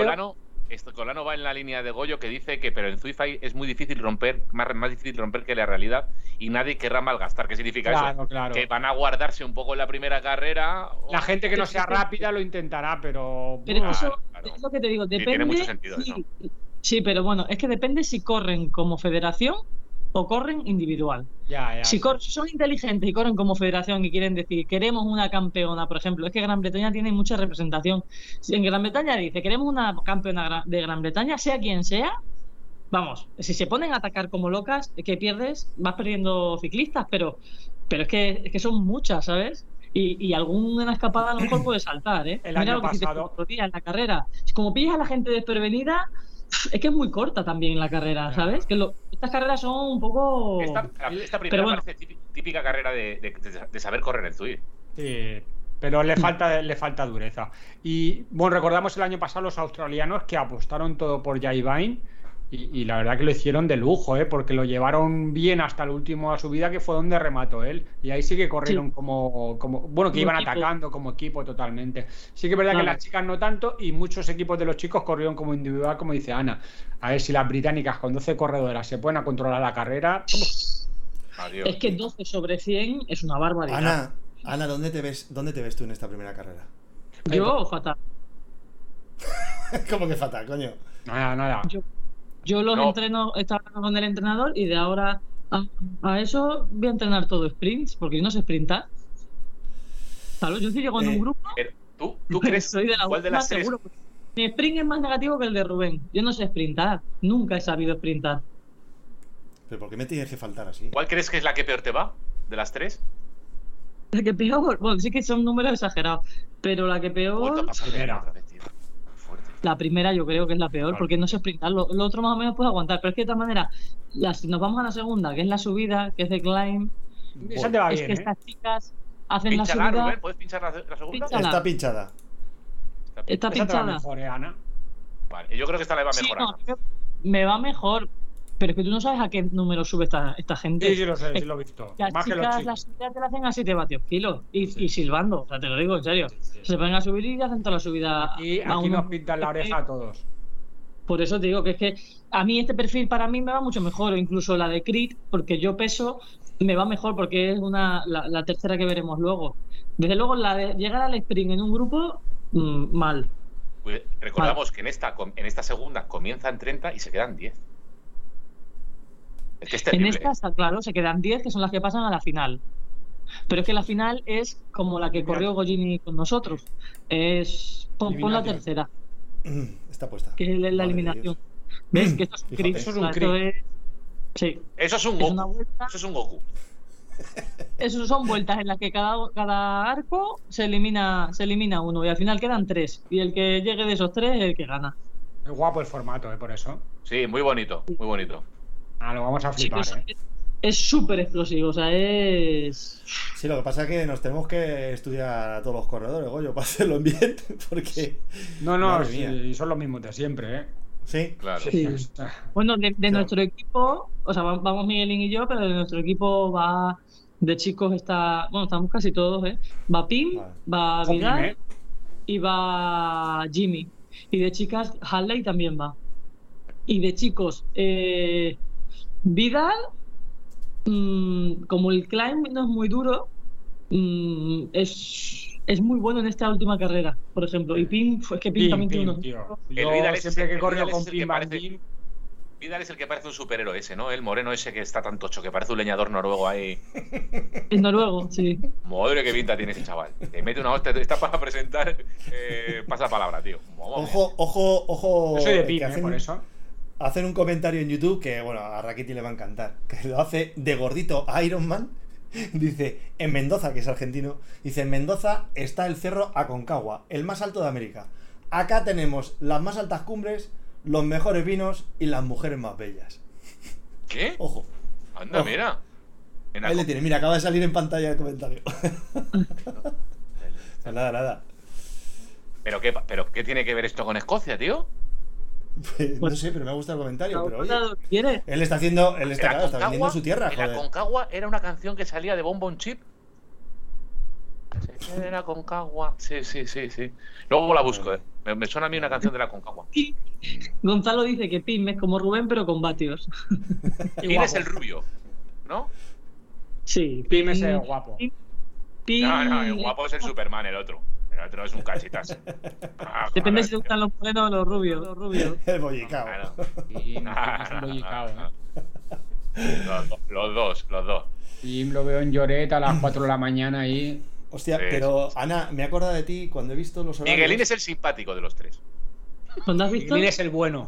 Escolano va en la línea de Goyo que dice que pero en Zwift es muy difícil romper, más difícil romper que la realidad y nadie querrá malgastar. ¿Qué significa eso? Claro. Que van a guardarse un poco en la primera carrera. La gente que no sea rápida lo intentará, pero eso es lo que te digo, depende. Sí, tiene mucho sentido eso. Sí, pero bueno, es que depende si corren como federación o corren individual. Si son inteligentes y corren como federación y quieren decir queremos una campeona, por ejemplo, es que Gran Bretaña tiene mucha representación. Si en Gran Bretaña dice queremos una campeona de Gran Bretaña, sea quien sea, vamos, si se ponen a atacar como locas, que pierdes, vas perdiendo ciclistas, pero es que son muchas, ¿sabes? Y alguna escapada a lo mejor puede saltar, ¿eh? El año pasado otro día en la carrera. Como pillas a la gente desprevenida, es que es muy corta también la carrera, ¿sabes? Estas carreras son un poco... Esta primera parece típica carrera de saber correr en Zwift. Sí, pero le falta dureza. Y bueno, recordamos el año pasado los australianos que apostaron todo por Jai Vine y la verdad que lo hicieron de lujo, porque lo llevaron bien hasta el último a su vida, que fue donde remató él. Y ahí sí que corrieron como bueno, que iban atacando como equipo totalmente. Sí que es verdad que las chicas no tanto, y muchos equipos de los chicos corrieron como individual, como dice Ana. A ver si las británicas con 12 corredoras se pueden controlar la carrera. Adiós. Es que 12 sobre 100 es una barbaridad. Ana, ¿dónde te ves tú en esta primera carrera? Yo, fatal. ¿Cómo que fatal, coño? Nada. Yo los entreno, estaba con el entrenador y de ahora a eso voy a entrenar todo sprints, porque yo no sé sprintar. Claro, yo si llego en un grupo. ¿Tú crees soy de la cuál de las tres? Seguro. Mi sprint es más negativo que el de Rubén. Yo no sé sprintar. Nunca he sabido sprintar. ¿Pero por qué me tienes que faltar así? ¿Cuál crees que es la que peor te va de las tres? La que peor, bueno, sí que son números exagerados, pero la que peor. La primera yo creo que es la peor, porque no sé sprintar. Lo otro más o menos puedo aguantar, pero es que de todas maneras, si nos vamos a la segunda, que es la subida, que es de climb, esa te va bien, es que estas chicas hacen la Pínchala, subida. Rubén, ¿puedes pinchar la segunda? Pínchala. Está pinchada. Está pinchada. Mejor, Ana. Vale, yo creo que esta le va mejor. No, me va mejor, pero es que tú no sabes a qué número sube esta gente. Sí, lo sé, sí lo he visto. Las Más chicas, que los las subidas te la hacen a 7 vatios kilo y silbando, o sea, te lo digo en serio. Se ponen a subir y hacen toda la subida. Y aquí nos pintan la oreja a todos. Por eso te digo que es que a mí este perfil para mí me va mucho mejor, o incluso la de Crit, porque yo peso, me va mejor porque es la tercera que veremos luego. Desde luego, la de llegar al sprint en un grupo, mal. Pues recordamos que en esta segunda comienzan 30 y se quedan 10. Es que es terrible. En esta está claro, se quedan 10, que son las que pasan a la final. Pero es que la final es como la que corrió Gollini con nosotros. Pon la tercera. Está puesta. Que es la eliminación. ¿Ves? Que esto es un crit. Eso es un crit. Sí. Eso es un Goku. Eso es un Goku. Esas son vueltas en las que cada arco se elimina uno y al final quedan 3. Y el que llegue de esos 3 es el que gana. Es guapo el formato, por eso. Sí, muy bonito, muy bonito. Lo vamos a flipar, Es súper explosivo, o sea, es... Sí, lo que pasa es que nos tenemos que estudiar a todos los corredores, Goyo, para hacerlo bien, porque... No, sí, son los mismos de siempre, ¿eh? Sí, claro. Sí. Bueno, de nuestro equipo, o sea, vamos Miguelín y yo, pero de nuestro equipo va... De chicos estamos casi todos, ¿eh? Va Pim, va Vidal y va Jimmy. Y de chicas, Halley también va. Y de chicos, Vidal, como el climb no es muy duro, es es muy bueno en esta última carrera, por ejemplo. Y Pim, es que Pim también tiene unos... tío. El Yo Vidal es siempre que he el corrido Vidal con es el que Pim parece- Bandín, Vidal es el que parece un superhéroe ese, ¿no? El moreno ese que está tan tocho, que parece un leñador noruego ahí. Es noruego, sí. Madre que pinta tiene ese chaval. Te mete una hostia, está para presentar, pasa palabra, tío. Mamma mía. Ojo, yo soy de que Pim, por eso. hacen un comentario en YouTube que, bueno, a Rakiti le va a encantar, que lo hace de gordito Iron Man. Dice, en Mendoza, que es argentino, dice, en Mendoza está el cerro Aconcagua, el más alto de América. Acá tenemos las más altas cumbres, los mejores vinos y las mujeres más bellas. ¿Qué? Ojo. Anda, Ojo. mira. En Ahí le Aco- tiene, mira, acaba de salir en pantalla el comentario. Pues nada. ¿Pero qué tiene que ver esto con Escocia, tío? No sé, pero me ha gustado el comentario. Pero oye, ¿Quieres? él está haciendo, El está vendiendo su tierra, el joder. Aconcagua era una canción que salía de Bon Bon Chip. Era Aconcagua. Sí. Luego la busco, Me suena a mí una canción de la Aconcagua. Gonzalo dice que Pim es como Rubén, pero con vatios. ¿Quién es el rubio? ¿No? Sí, Pim es el guapo. Pim- No, el guapo es el Superman, el otro. El otro es un cachitas. Depende si te gustan los morenos o los rubios. Los rubios. El bollicao. Claro. Pim es un bollicao, Los dos. Pim lo veo en Lloret a las 4 de la mañana ahí. Hostia, Sí, pero Ana, me he acordado de ti cuando he visto los horarios. Miguelín es el simpático de los tres. ¿Cuándo has visto? Miguelín es el bueno.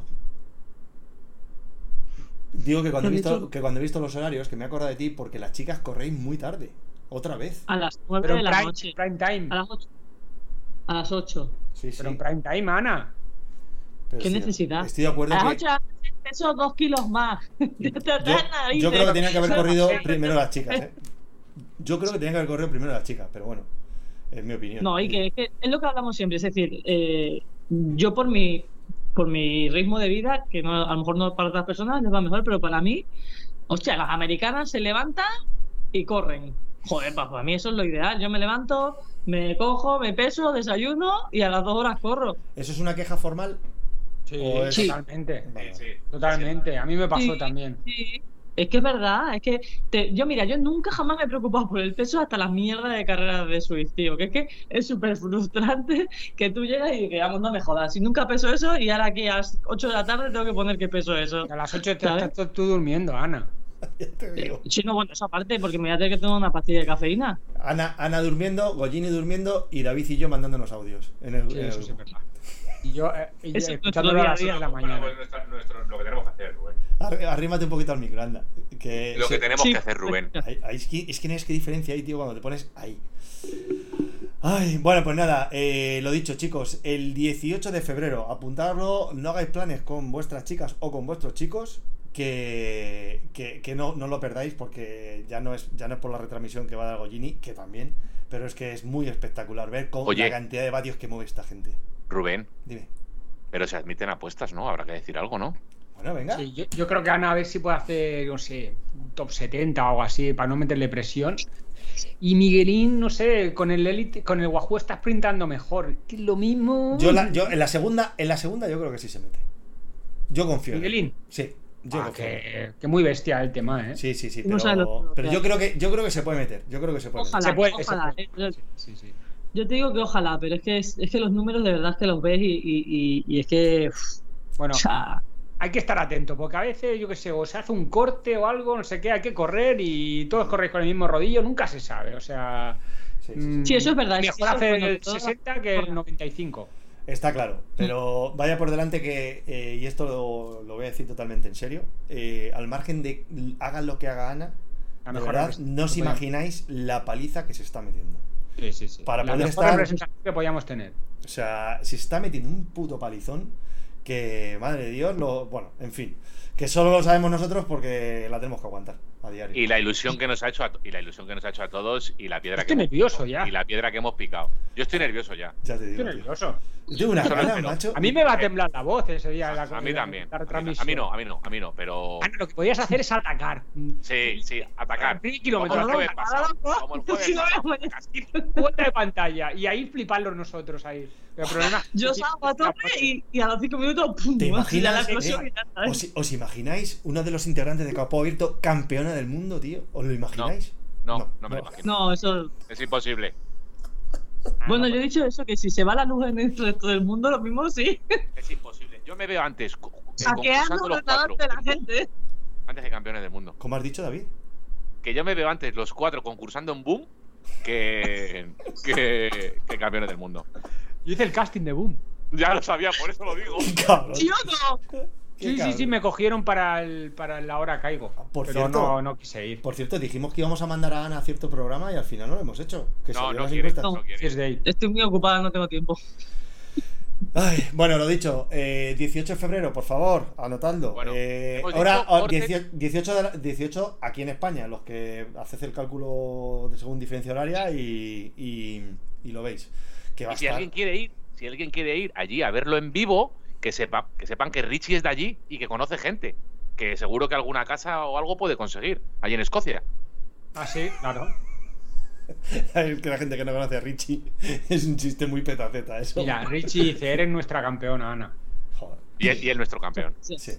Digo que cuando he ¿Qué has visto, dicho? que cuando he visto los horarios, que me he acordado de ti porque las chicas corréis muy tarde. Otra vez. A las 9 Pero de en la noche. prime time. A las 8. A las 8. Sí, sí. Pero en prime time, Ana. Pero ¿Qué sí, necesidad? Estoy de acuerdo A las que 8 de la noche peso 2 kilos más. yo creo que tenían que haber corrido primero las chicas, ¿eh? Yo creo que tenían que haber corrido primero las chicas, pero bueno, es mi opinión. No, y que es lo que hablamos siempre. Es decir, yo por mi ritmo de vida, que no, a lo mejor no para otras personas les va mejor, pero para mí, hostia, las americanas se levantan y corren. Joder, pues para mí eso es lo ideal. Yo me levanto, me cojo, me peso, desayuno y a las 2 horas corro. ¿Eso es una queja formal? Sí, O es- totalmente. Vale. Totalmente. A mí me pasó Sí, también. Sí. Es que es verdad, es que yo nunca jamás me he preocupado por el peso hasta las mierdas de carreras de Swift, tío, que es súper frustrante que tú llegas y que vamos, no me jodas, si nunca peso eso y ahora aquí a las 8 de la tarde tengo que poner que peso eso. A las 8 ¿Sabes? estás tú durmiendo, Ana. Ya te digo. Sí, no, bueno, esa parte, porque me voy a tener que tomar una pastilla de cafeína. Ana durmiendo, Gollini durmiendo y David y yo mandándonos audios en el, Sí, en el eso sí es grupo. verdad. Y yo Eso es escuchándolo a las nuestro 7 de la Bueno, mañana. pues lo que tenemos que hacer, Rubén. Arrímate un poquito al micro, anda. Que Lo que tenemos Sí. que hacer, Rubén. Es que no es que diferencia ahí, tío, cuando te pones ahí. Ay, bueno, pues nada, lo dicho, chicos, el 18 de febrero, apuntadlo, no hagáis planes con vuestras chicas o con vuestros chicos, que no lo perdáis, porque ya no es por la retransmisión que va a dar Gollini, que también, pero es que es muy espectacular ver Oye. la cantidad de vatios que mueve esta gente. Rubén, Dime. pero se admiten apuestas, ¿no? Habrá que decir algo, ¿no? Bueno, venga. Sí, yo creo que Ana a ver si puede hacer, no sé, un top 70 o algo así, para no meterle presión. Y Miguelín, no sé, con el Elite, con el Wahoo está sprintando mejor. Que es lo mismo. Yo en la segunda yo creo que sí se mete. Yo confío. en él. ¿Miguelín? Sí, yo confío. Que muy bestia el tema, ¿eh? Sí, No sabe lo que- pero yo creo que se puede meter. Yo creo que se puede Ojalá, Se puede, ojalá. se puede. Sí. Yo te digo que ojalá, pero es que los números de verdad es que los ves y es que... Bueno, o sea, hay que estar atento, porque a veces, yo qué sé, o se hace un corte o algo, no sé qué, hay que correr y todos corréis con el mismo rodillo, nunca se sabe, o sea... meter. Sí, eso es verdad, Mejor eso es hacer cuando el todo- 60 que el 95. Está claro, pero vaya por delante que, y esto lo voy a decir totalmente en serio, al margen de hagan lo que haga Ana, La de mejor verdad, representación no os que podíamos- imagináis la paliza que se está metiendo. Sí. Para la poder mejor estar- representación que podíamos tener. O sea, se está metiendo un puto palizón que, madre de Dios, bueno, en fin, que solo lo sabemos nosotros porque la tenemos que aguantar a diario. Y la ilusión que nos ha hecho a todos y la piedra Estoy que nervioso ya. y la piedra que hemos picado. Yo estoy nervioso ya. Ya te digo, Estoy tío. nervioso. Tengo una Solo ganas, espero. macho. A mí me va a temblar la voz ese día. A mí también. La A mí retransmisión. no, pero Ah, no, lo que podías hacer es atacar. sí, atacar. 3 Como kilómetros el a jueves la pasado. Como el jueves Sí, lo pasado. veo. Castillo. vuelta de pantalla y ahí fliparlos nosotros ahí. Pero el problema es que Yo sí, salgo a tope y a los 5 minutos, ¡pum! ¿Te ya imaginas? la explosión y ya está, ¿eh? ¿Os imagináis uno de los integrantes de Campo Abierto campeona del mundo, tío? ¿Os lo imagináis? No me lo imagino. No, eso... Es imposible. Bueno, yo he dicho eso, que si se va la luz en el resto del mundo, lo mismo sí. Es imposible. Yo me veo antes Hackeando concursando el los ordenador 4 de la gente. antes de campeones del mundo. ¿Cómo has dicho, David? Que yo me veo antes los 4 concursando en Boom que campeones del mundo. Yo hice el casting de Boom. Ya lo sabía, por eso lo digo. Cabrón. ¡Tío, no! Sí, me cogieron para la hora caigo. Por pero cierto, no quise ir. Por cierto, dijimos que íbamos a mandar a Ana a cierto programa y al final no lo hemos hecho. Que No, salió no las quiere, encuestas. no quiere. Sí, es de ahí. Estoy muy ocupada, no tengo tiempo. Ay, bueno, lo dicho, 18 de febrero, por favor, anotadlo. Bueno, hemos ahora, dicho orden. 18 aquí en España, los que hacéis el cálculo según diferencia horaria y lo veis. Que va Y a si estar... alguien quiere ir allí a verlo en vivo, que sepan que Richie es de allí y que conoce gente. Que seguro que alguna casa o algo puede conseguir allí en Escocia. Ah, sí, claro. Es que la gente que no conoce a Richie es un chiste muy petaceta eso. Mira, Richie dice, eres nuestra campeona, Ana. Joder. Y él nuestro campeón. Sí. Sí.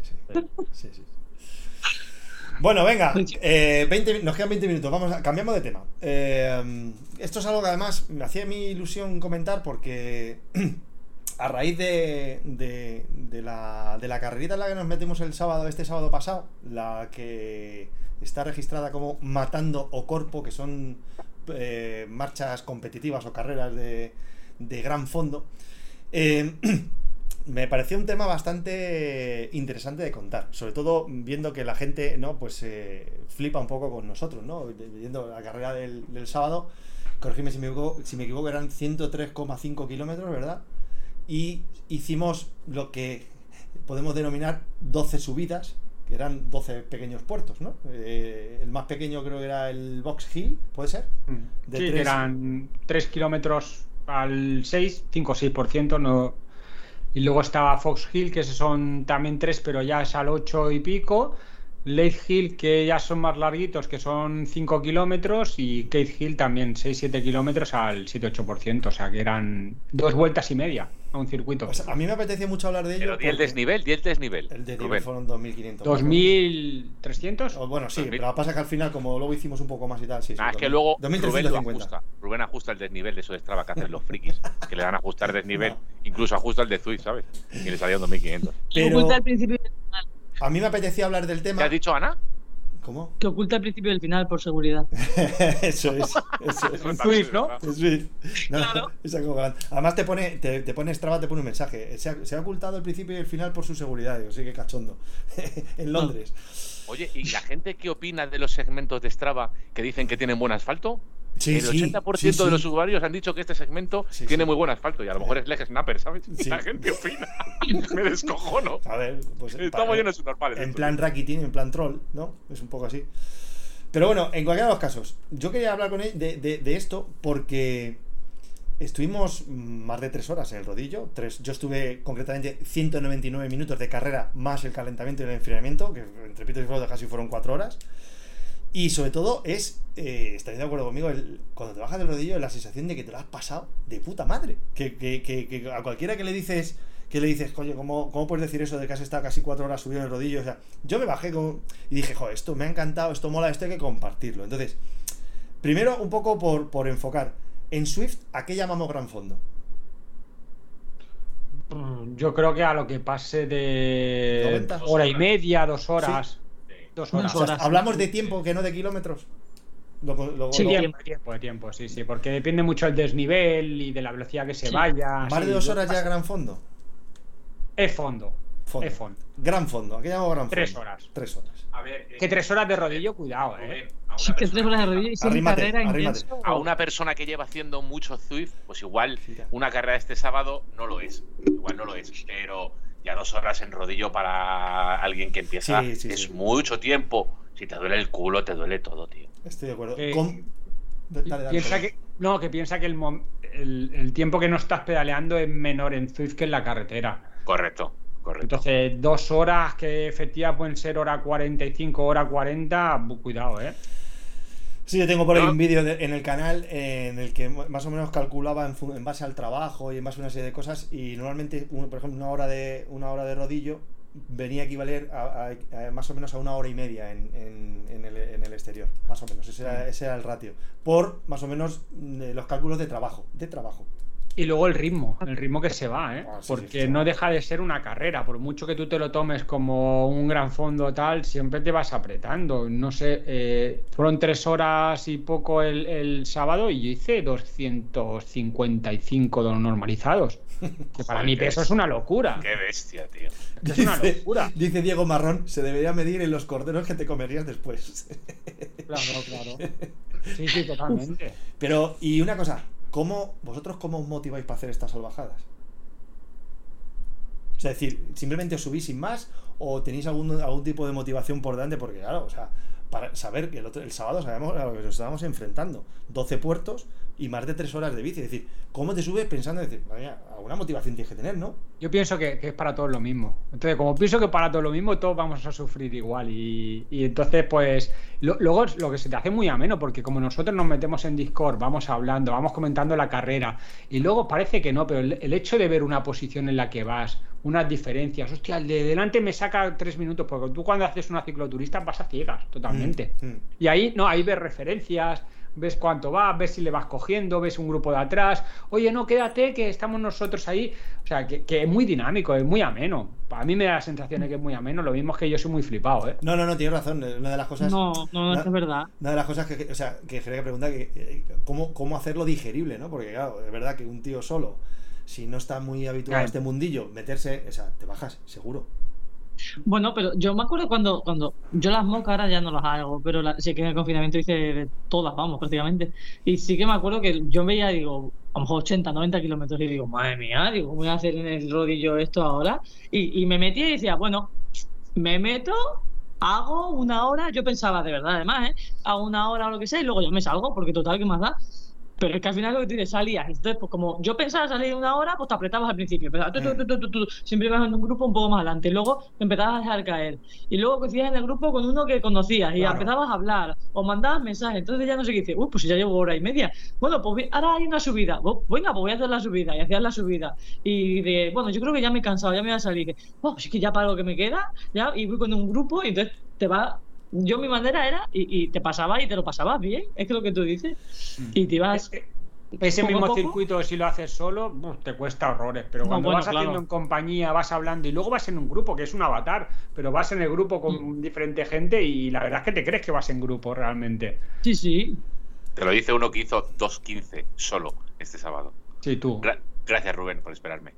Bueno, venga, 20, nos quedan 20 minutos. Cambiamos de tema. Esto es algo que además me hacía mi ilusión comentar porque a raíz de la carrerita en la que nos metimos este sábado pasado, la que está registrada como Matando o Corpo, que son marchas competitivas o carreras de gran fondo, me pareció un tema bastante interesante de contar, sobre todo viendo que la gente, ¿no? Pues flipa un poco con nosotros, ¿no? Viendo la carrera del sábado, corrígeme si me equivoco, eran 103,5 kilómetros, ¿verdad? Y hicimos lo que podemos denominar 12 subidas, que eran 12 pequeños puertos, ¿no? El más pequeño creo que era el Box Hill, ¿puede ser? Sí, que eran 3 kilómetros al 5-6%, no. Y luego estaba Fox Hill, que son también 3, pero ya es al 8 y pico. Lake Hill, que ya son más larguitos, que son 5 kilómetros. Y Keith Hill también 6-7 kilómetros al 7-8%. O sea, que eran 2 vueltas y media a un circuito. Pues a mí me apetece mucho hablar de ello. Pero di el desnivel. El desnivel fueron 2.500. 2.300. Bueno, sí, 2000. pero pasa que al final, como luego hicimos un poco más y tal, sí. Es que luego 2.350. Rubén ajusta el desnivel de eso de Strava que hacen los frikis, que le dan a ajustar desnivel, incluso ajusta el de Zwift, ¿sabes? Y le salieron 2.500. Pero Oculta el principio y el final. a mí me apetecía hablar del tema. ¿Qué has dicho, Ana? ¿Cómo? Que oculta el principio y el final por seguridad. Eso es. Un Zwift, ¿no? No, Claro. es acogedante. Además te pone Strava, te pone un mensaje. Se ha ocultado el principio y el final por su seguridad. Digo, sí, que cachondo. En Londres. Oye, ¿y la gente qué opina de los segmentos de Strava que dicen que tienen buen asfalto? Sí, El 80% de los usuarios han dicho que este segmento tiene muy buen asfalto y a lo mejor es leg snapper, ¿sabes? Y Sí. la gente opina. Me descojono. A ver, pues Estamos llenos de normales. en plan rakitín, en plan troll, ¿no? Es un poco así. Pero bueno, en cualquiera de los casos, yo quería hablar con él de esto porque estuvimos más de 3 horas en el rodillo. Yo estuve concretamente 199 minutos de carrera más el calentamiento y el enfriamiento, que entre pitos y flautas casi fueron 4 horas. Y sobre todo estaréis de acuerdo conmigo, cuando te bajas del rodillo, la sensación de que te lo has pasado de puta madre. Que a cualquiera que le dices, coño, ¿cómo puedes decir eso de que has estado casi 4 horas subido en el rodillo? O sea, yo me bajé y dije, joder, esto me ha encantado, esto mola, esto hay que compartirlo. Entonces, primero un poco por enfocar. En Zwift, ¿a qué llamamos gran fondo? Yo creo que a lo que pase de 90. hora y media, 2 horas. Sí. 2 horas. Unas horas. Hablamos de tiempo, que no de kilómetros. Sí, Tiempo, sí, porque depende mucho del desnivel y de la velocidad que se vaya. Más de 2 horas ya gran fondo. Es fondo. Es fondo. Gran fondo, ¿a qué llamamos gran fondo? 3 horas. 3 horas. A ver, Que 3 horas de rodillo, cuidado, Sí, que 3 horas de rodillo y sin Arrímate, carrera arrímate. intenso. a una persona que lleva haciendo mucho Zwift, pues igual Sí, ya. una carrera este sábado no lo es. Igual no lo es, pero ya 2 horas en rodillo para alguien que empieza Sí. es mucho tiempo. Si te duele el culo, te duele todo, tío. Estoy de acuerdo. Que Dale. Piensa que el tiempo que no estás pedaleando es menor en Zwift que en la carretera. Correcto. Entonces, 2 horas que efectivamente pueden ser hora 45, hora 40, cuidado, Sí, yo tengo por ahí un vídeo en el canal en el que más o menos calculaba en base al trabajo y en base a una serie de cosas, y normalmente, por ejemplo, una hora de rodillo venía a equivaler a más o menos a 1 hora y media en el exterior, más o menos. Ese era el ratio. Por más o menos los cálculos de trabajo. Y luego el ritmo que se va, ¿eh? Ah, sí, porque sí, no deja de ser una carrera. Por mucho que tú te lo tomes como un gran fondo tal, siempre te vas apretando. No sé, fueron 3 horas y poco el sábado y yo hice 255 de los normalizados. Que para mi peso es una locura. Qué bestia, tío. Es una locura. Dice Diego Marrón, se debería medir en los corderos que te comerías después. Claro. Sí, totalmente. Pero, y una cosa, ¿vosotros cómo os motiváis para hacer estas salvajadas? O sea, es decir, ¿simplemente os subís sin más? ¿O tenéis algún tipo de motivación por delante? Porque claro, o sea, para saber que el sábado sabemos a lo que nos estábamos enfrentando. 12 puertos y más de 3 horas de bici. Es decir, ¿cómo te subes pensando en decir, vaya, alguna motivación tienes que tener, ¿no? Yo pienso que es para todos lo mismo. Entonces, como pienso que para todos lo mismo, todos vamos a sufrir igual. Y entonces, pues, luego lo que se te hace muy ameno, porque como nosotros nos metemos en Discord, vamos hablando, vamos comentando la carrera, y luego parece que no, pero el hecho de ver una posición en la que vas, unas diferencias, hostia, el de delante me saca 3 minutos, porque tú cuando haces una cicloturista vas a ciegas, totalmente. Y ahí ves referencias, ves cuánto va, ves si le vas cogiendo, ves un grupo de atrás, oye, no, quédate que estamos nosotros ahí. O sea, que es muy dinámico, es muy ameno. A mí me da la sensación de que es muy ameno, lo mismo es que yo soy muy flipado, ¿eh? No, tienes razón. Una de las cosas... No, es verdad. Una de las cosas que quería preguntar, ¿cómo hacerlo digerible, ¿no? Porque claro, es verdad que un tío solo, si no está muy habituado a este mundillo, meterse, o sea, te bajas, seguro. Bueno, pero yo me acuerdo cuando yo las mocas ahora ya no las hago, pero sí que en el confinamiento hice de todas, vamos, prácticamente. Y sí que me acuerdo que yo veía, digo, a lo mejor 80, 90 kilómetros y digo, madre mía, digo, ¿cómo voy a hacer en el rodillo esto ahora? Y me metía y decía, bueno, me meto, hago 1 hora, yo pensaba de verdad, además, hago 1 hora o lo que sea y luego yo me salgo, porque total, ¿qué más da? Pero es que al final lo que tú dices, salías. Entonces, pues como yo pensaba salir 1 hora, pues te apretabas al principio. Siempre ibas en un grupo un poco más adelante. Y luego te empezabas a dejar caer. Y luego coincidías en el grupo con uno que conocías. Y empezabas a hablar. O mandabas mensajes. Entonces ya no sé qué dices. Pues ya llevo 1 hora y media. Bueno, pues ahora hay una subida. Venga, pues voy a hacer la subida. Y hacías la subida. Y bueno, yo creo que ya me he cansado. Ya me voy a salir. Pues es que ya para lo que me queda. Ya, y voy con un grupo. Y entonces te va... Yo mi manera era, y te pasabas y te lo pasabas bien, es que lo que tú dices, y te ibas... Ese mismo circuito, si lo haces solo, te cuesta horrores, pero cuando vas haciendo en compañía, vas hablando y luego vas en un grupo, que es un avatar, pero vas en el grupo con diferente gente y la verdad es que te crees que vas en grupo realmente. Sí. Te lo dice uno que hizo 2:15 solo este sábado. Sí, tú. Gracias, Rubén, por esperarme.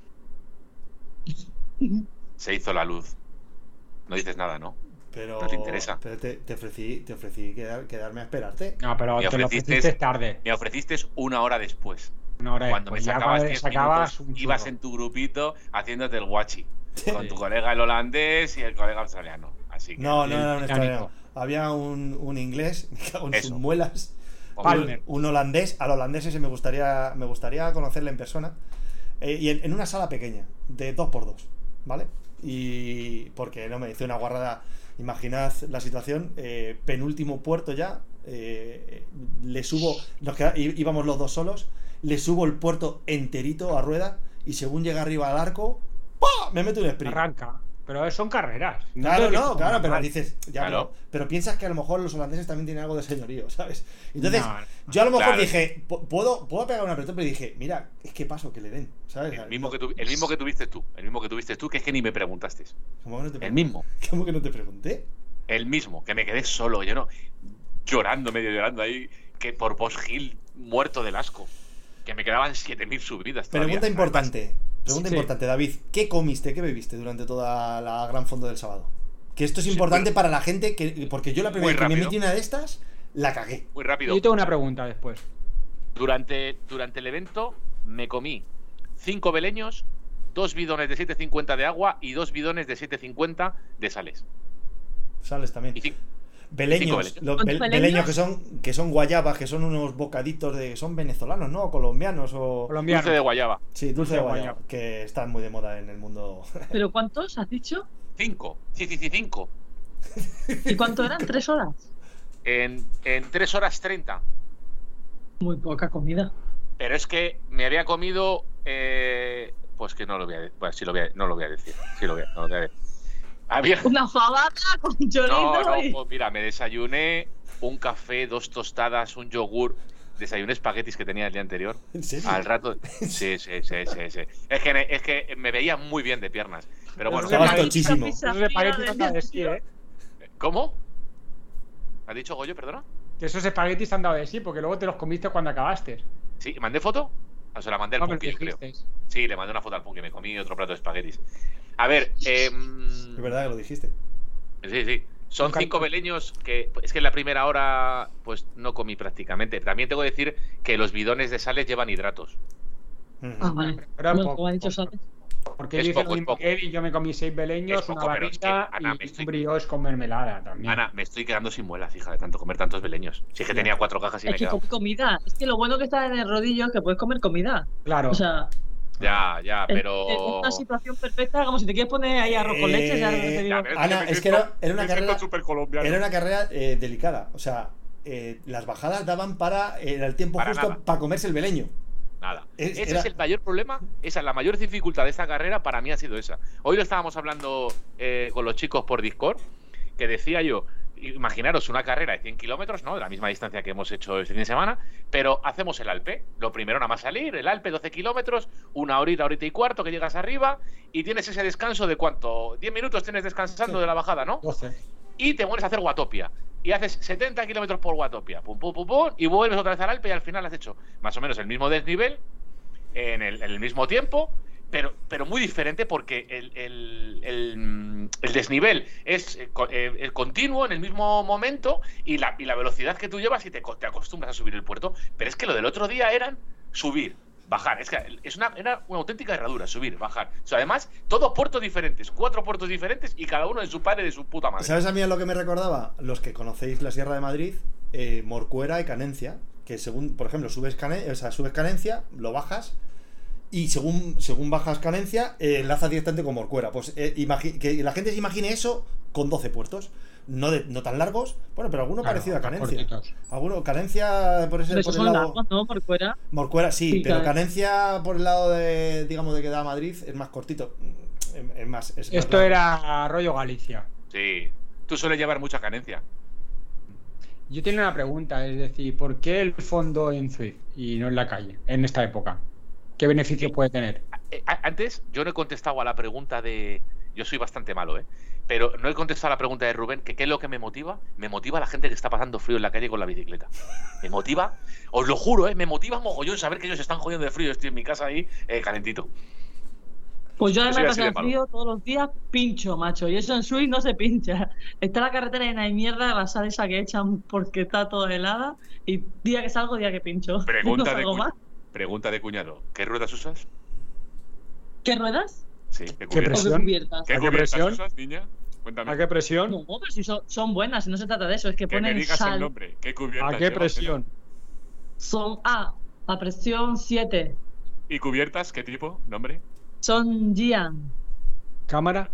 Se hizo la luz. No dices nada, ¿no? Pero no te interesa. Pero te ofrecí quedarme a esperarte. No, pero te lo ofreciste tarde. Me ofreciste 1 hora después. 1 hora cuando después. Me sacabas 10 minutos, ibas en tu grupito haciéndote el guachi. Con tu colega el holandés y el colega australiano. Así que no, había un inglés con sus muelas. Un holandés. Al holandés ese me gustaría conocerle en persona. Y en una sala pequeña, de 2x2, ¿vale? Y porque no me hice una guarrada. Imaginad la situación, penúltimo puerto ya, le subo, íbamos los dos solos, le subo el puerto enterito a rueda y según llega arriba al arco, ¡pah! Me meto un sprint. Arranca. Pero son carreras. Claro, pero dices, ya claro. Pero piensas que a lo mejor los holandeses también tienen algo de señorío, ¿sabes? Entonces, yo a lo mejor dije, ¿puedo pegar un apretón? Pero dije, mira, es que paso, que le den, ¿sabes? El mismo que tuviste tú, que es que ni me preguntaste. ¿Cómo que no te pregunté? El mismo. ¿Cómo que no te pregunté? El mismo, que me quedé solo, medio llorando ahí, que por Bosch Hill muerto del asco. Que me quedaban 7.000 subidas todavía. Pregunta importante, David. ¿Qué comiste, qué bebiste durante toda la gran fondo del sábado? Que esto es importante para la gente, porque yo la primera vez que me metí una de estas, la cagué. Muy rápido. Yo tengo una pregunta después. Durante el evento me comí 5 beleños, 2 bidones de 750 de agua y 2 bidones de 750 de sales. Sales también. Beleños, beleños que son guayabas, que son unos bocaditos son venezolanos, ¿no? Colombianos o... Dulce de guayaba. Sí, dulce de guayaba, que están muy de moda en el mundo. ¿Pero cuántos has dicho? 5. Sí, 5. ¿Y cuánto eran? ¿3 horas? En 3 horas 30. Muy poca comida. Pero es que me había comido... pues que no lo voy a decir. Bueno, sí no lo voy a decir. Sí no lo voy a decir. Había... Una fabada con chorizo. No, y... pues mira, me desayuné un café, 2 tostadas, un yogur. Desayuné espaguetis que tenía el día anterior. ¿En serio? Al rato. Sí. Es que me veía muy bien de piernas. Pero bueno, Estabas tochísimo. Esos espaguetis han dado de sí, ¿eh? ¿Cómo? ¿Has dicho Goyo, perdona? Que esos espaguetis han dado de sí, porque luego te los comiste cuando acabaste. Sí, ¿mandé foto? O sea, la mandé al No, me Punky, lo yo creo. dijisteis. Sí, le mandé una foto al Punky, me comí otro plato de espaguetis. A ver, Es verdad que lo dijiste. sí. Son 5 beleños que es que en la primera hora pues no comí prácticamente. También tengo que decir que los bidones de sales llevan hidratos. Ah, vale. Pero es Bueno, poco, como ha dicho poco. Sales. Porque Es yo hice poco, lo es mismo poco. que él y yo me comí 6 beleños, Es poco, una pero es que, barrita Ana, y un brioche con mermelada también. Ana, me estoy quedando sin muelas, hija, de tanto comer tantos beleños. Si es que tenía 4 cajas y me Es he que quedado. come comida. Es que lo bueno que está en el rodillo es que puedes comer comida. Claro. O sea, Ya, es pero. una situación perfecta, como si te quieres poner ahí arroz con leche. Ya te digo. Ana, es que era una carrera. Era una carrera delicada. O sea, las bajadas daban era el tiempo Para justo nada. para comerse el beleño. Nada. Ese Era- es el mayor problema, la mayor dificultad de esta carrera para mí ha sido esa. Hoy lo estábamos hablando con los chicos por Discord, que decía yo, imaginaros una carrera de 100 kilómetros, ¿no? De la misma distancia que hemos hecho este fin de semana, pero hacemos el Alpe. Lo primero nada más salir, el Alpe 12 kilómetros, una horita y cuarto que llegas arriba y tienes ese descanso de ¿cuánto? 10 minutos tienes descansando Sí. de la bajada, ¿no? 12. Y te pones a hacer Watopia. Y haces 70 kilómetros por Watopia. Pum, y vuelves otra vez al Alpe y al final has hecho más o menos el mismo desnivel en el mismo tiempo, pero muy diferente porque el desnivel es continuo en el mismo momento y la velocidad que tú llevas y te acostumbras a subir el puerto. Pero es que lo del otro día eran subir, bajar. Es que era una auténtica herradura, subir, bajar. O sea, además, todos puertos diferentes, 4 puertos diferentes y cada uno de su padre de su puta madre. ¿Sabes a mí a lo que me recordaba? Los que conocéis la Sierra de Madrid, Morcuera y Canencia, que según, por ejemplo, subes Canencia, lo bajas y según bajas Canencia, enlazas directamente con Morcuera. Pues que la gente se imagine eso con 12 puertos. No tan largos, bueno, pero alguno Claro, parecido a más Canencia. cortitos. Alguno, Canencia por ese Pero por esos el son lado. largos, ¿no? Por fuera. Morcuera sí, Sí, pero claro. Canencia por el lado de, digamos, de que da a Madrid es más cortito. Es más Esto largo. era rollo Galicia. Sí. Tú sueles llevar mucha canencia. Yo tengo una pregunta, es decir, ¿por qué el fondo en Zwift y no en la calle en esta época? ¿Qué beneficios puede tener? Antes yo no he contestado a la pregunta de... Yo soy bastante malo, pero no he contestado a la pregunta de Rubén, que qué es lo que me motiva. Me motiva la gente que está pasando frío en la calle con la bicicleta. Me motiva, os lo juro, me motiva mogollón saber que ellos están jodiendo de frío. Estoy en mi casa ahí calentito. Pues yo Yo además soy de así de pasar malo. frío todos los días pincho, macho. Y eso en Swift no se pincha. Está la carretera llena de mierda, la sal esa que echan porque está toda helada. Y día que salgo, día que pincho. Pregunta, no salgo más. pregunta de cuñado. ¿Qué ruedas usas? ¿Qué ruedas? Sí, ¿Qué ¿O cubiertas? qué presión? cubiertas? ¿Qué ¿A qué cubiertas presión? usas, niña? Cuéntame. ¿A qué presión? No, pero si son buenas, si no se trata de eso, es que Que me ponen digas el sal. nombre. ¿Qué cubiertas ¿A qué llevas, presión? Son a presión 7. nena? ¿Y cubiertas? ¿Qué tipo? ¿Nombre? Son Gian. ¿Cámara?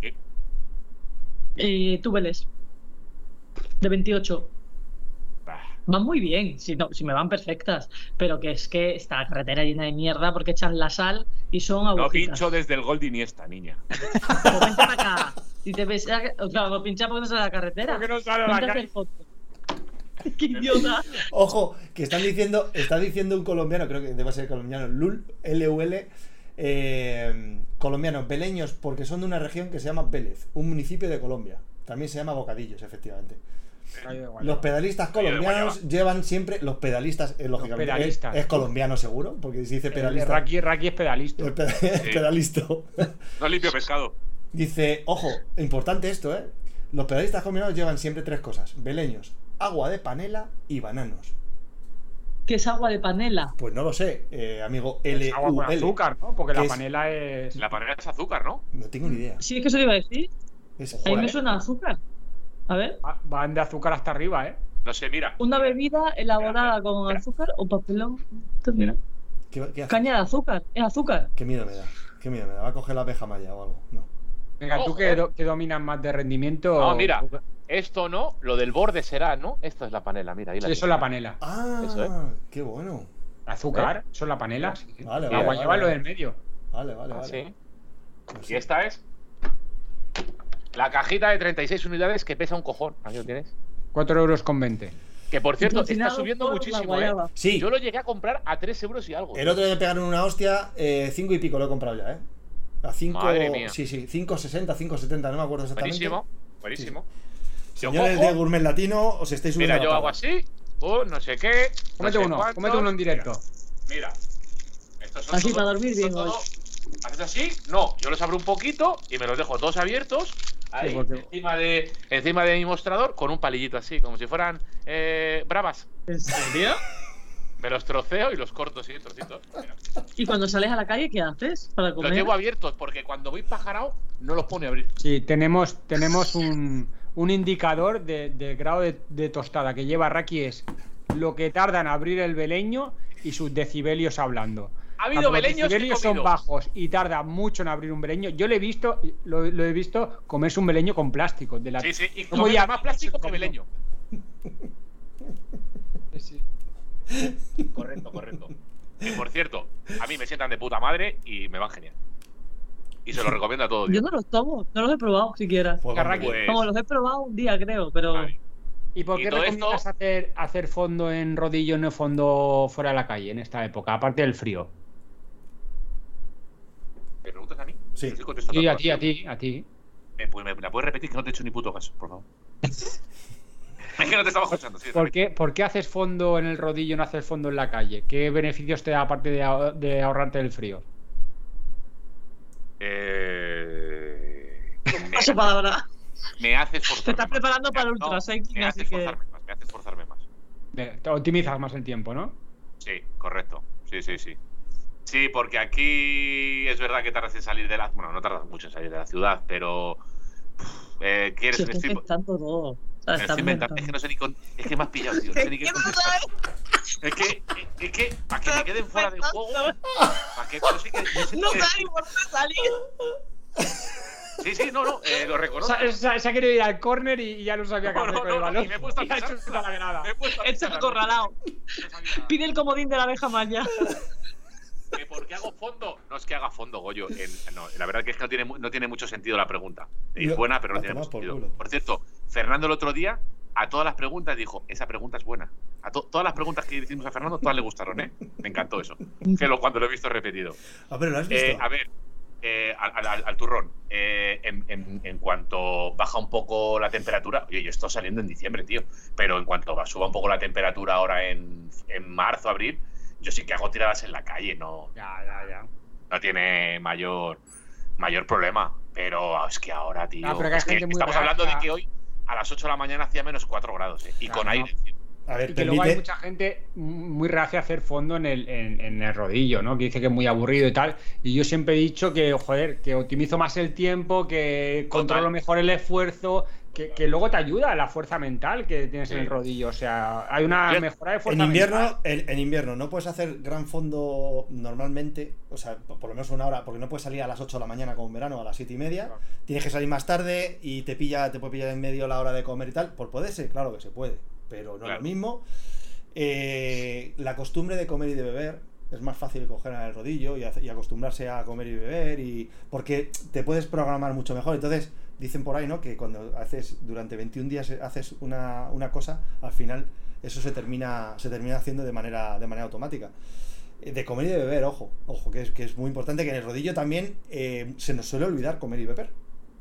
Túbeles. De 28. Bah. Van muy bien, si me van perfectas. Pero que es que está la carretera llena de mierda porque echan la sal y son No agujitas. pincho desde el Gold Iniesta, niña. Pues vente para acá. Si te ves, claro, lo pinchas porque no sale a la carretera. ¿Por qué no sale a la Vente a calle? hacer foto. Qué idiota. Ojo, que está diciendo un colombiano, creo que debe ser colombiano, LUL, L-U-L, colombianos, beleños, porque son de una región que se llama Vélez, un municipio de Colombia. También se llama Bocadillos, efectivamente. Los pedalistas colombianos llevan siempre. Los pedalistas, lógicamente. pedalistas. Es colombiano seguro, porque si dice pedalista. Raki es pedalista. El pedalisto. No limpio pescado. Dice, ojo, importante esto, ¿eh? Los pedalistas colombianos llevan siempre 3 cosas: beleños, agua de panela y bananos. ¿Qué es agua de panela? Pues no lo sé, amigo Es agua con LUL. azúcar, ¿no? Porque ¿Qué la es? panela es. La panela es azúcar, ¿no? No tengo ni idea. Sí, es que eso te iba a decir. Es, A mí joder, me suena a azúcar. A ver. Van de azúcar hasta arriba, ¿eh? No sé, mira. Una bebida elaborada con azúcar o papelón. Mira. ¿qué hace? Caña de azúcar. Es azúcar. Qué miedo me da. Qué miedo me da. Va a coger la abeja maya o algo. No. Venga, tú Ojo. que dominas más de rendimiento. No, mira. Esto no, lo del borde será, ¿no? Esto es la panela, mira. Ahí la Sí, eso es tienes. la panela. Ah, Eso, qué bueno. Azúcar, eso es la panela. Vale, El agua lleva lo del medio. Vale, vale, Ah, vale. sí. No Y sé. esta es La cajita de 36 unidades que pesa un cojón. Aquí lo tienes. 4,20 €. Que por cierto, está Patrocinado subiendo por la muchísimo, guayaba. Sí. Yo lo llegué a comprar a 3 euros y algo. El otro día me pegaron una hostia, 5 y pico lo he comprado ya, A 5. Madre mía. Sí, 5,60, 5,70, no me acuerdo exactamente. Buenísimo, buenísimo. Yo Señores cojo, de Gourmet Latino, os estáis subiendo. mira, yo hago así, no sé qué. Cómete no sé uno, cuántos. cómete uno en directo. Mira. Estos son Así todos- para dormir bien todo- hoy. ¿Haces así? No, yo los abro un poquito y me los dejo todos abiertos. Ahí, porque- encima de mi mostrador, con un palillito así, como si fueran bravas. ¿En serio? Me los troceo y los corto así, trocitos. Mira. ¿Y cuando sales a la calle qué haces para Los comer? llevo abiertos porque cuando voy pajarao no los pone a abrir. Sí, tenemos un indicador de grado de tostada que lleva Raki, es lo que tarda en abrir el beleño y sus decibelios hablando. Ha habido Cuando beleños los que he decibelios son comido. bajos y tarda mucho en abrir un beleño. Yo lo he visto comerse un beleño con plástico. De la... Sí, sí, y Como comer ya- más plástico que beleño. Sí. Correcto. Y por cierto, a mí me sientan de puta madre y me van genial. Y se los recomiendo a todos. Yo no los tomo, no los he probado siquiera. Pues, Carraqui. Pues- Como los he probado un día, creo, pero. Vale. ¿Y por Y qué todo recomiendas hacer fondo en rodillo, no fondo fuera de la calle en esta época, aparte del frío? ¿Me preguntas a mí? Sí. Estoy contestando Sí, a todas. ti. Pues me la puedes repetir que no te he hecho ni puto caso, por favor. Es que no te estaba escuchando, sí. ¿Por qué haces fondo en el rodillo y no haces fondo en la calle? ¿Qué beneficios te da aparte de ahorrarte del frío? Paso palabra. Me hace esforzarme. Te estás más. preparando para el No, Ultra Cycling, me hace así que. esforzarme más, me hace esforzarme más. Te optimizas más el tiempo, ¿no? Sí, correcto. Sí. Sí, porque aquí es verdad que tardas en salir de la... Bueno, no tardas mucho en salir de la ciudad, pero... ¿quieres? Se Me está estoy... inventando todo. O sea, Me está estoy inventando. Es que no sé ni con... Es que me has pillado, tío. No sé ni qué ¿Qué no contestar. Es que para que me queden fuera del juego... Para que... No sé qué... No sabes por dónde salir. Sí, no, lo reconozco. Se ha querido ir al córner y ya no sabía qué hacer con el balón. y me he puesto a Y ha pisar. hecho la grada. Me he puesto a Este pisar. acorralado. No sabía. Pide el comodín de la abeja maya. ¿Que por qué hago fondo? No es que haga fondo, Goyo. No, la verdad que es que no tiene mucho sentido la pregunta. Es buena, pero no tiene mucho sentido. Por cierto, Fernando el otro día, a todas las preguntas dijo, esa pregunta es buena. A todas las preguntas que hicimos a Fernando, todas le gustaron, ¿eh? Me encantó eso. Cuando lo he visto repetido. A ver, ¿lo has visto? A ver, al turrón. En cuanto baja un poco la temperatura, oye, yo estoy saliendo en diciembre, tío, pero en cuanto suba un poco la temperatura ahora en marzo, abril, yo sí que hago tiradas en la calle, no tiene mayor problema, pero es que ahora, tío, pero que hay es que gente muy estamos hablando de reacia. que hoy a las 8 de la mañana hacía menos 4 grados, y Claro, con no. aire. A ver, Y que luego hay permite. mucha gente muy reacia a hacer fondo en el rodillo, ¿no? Que dice que es muy aburrido y tal. Y yo siempre he dicho que, joder, que optimizo más el tiempo, que controlo mejor el esfuerzo, que luego te ayuda la fuerza mental que tienes en el rodillo. O sea, hay una mejora de fuerza En invierno, mental. en invierno no puedes hacer gran fondo normalmente, o sea, por lo menos una hora, porque no puedes salir a las 8 de la mañana como en verano, a las 7:30. Claro. Tienes que salir más tarde y te puede pillar en medio la hora de comer y tal. Por poderse, claro que se puede, pero no Claro. es lo mismo. La costumbre de comer y de beber es más fácil coger en el rodillo y acostumbrarse a comer y beber, porque te puedes programar mucho mejor. Entonces dicen por ahí, ¿no?, que cuando haces durante 21 días haces una cosa, al final eso se termina haciendo de manera automática. De comer y de beber, ojo, que es muy importante, que en el rodillo también se nos suele olvidar comer y beber.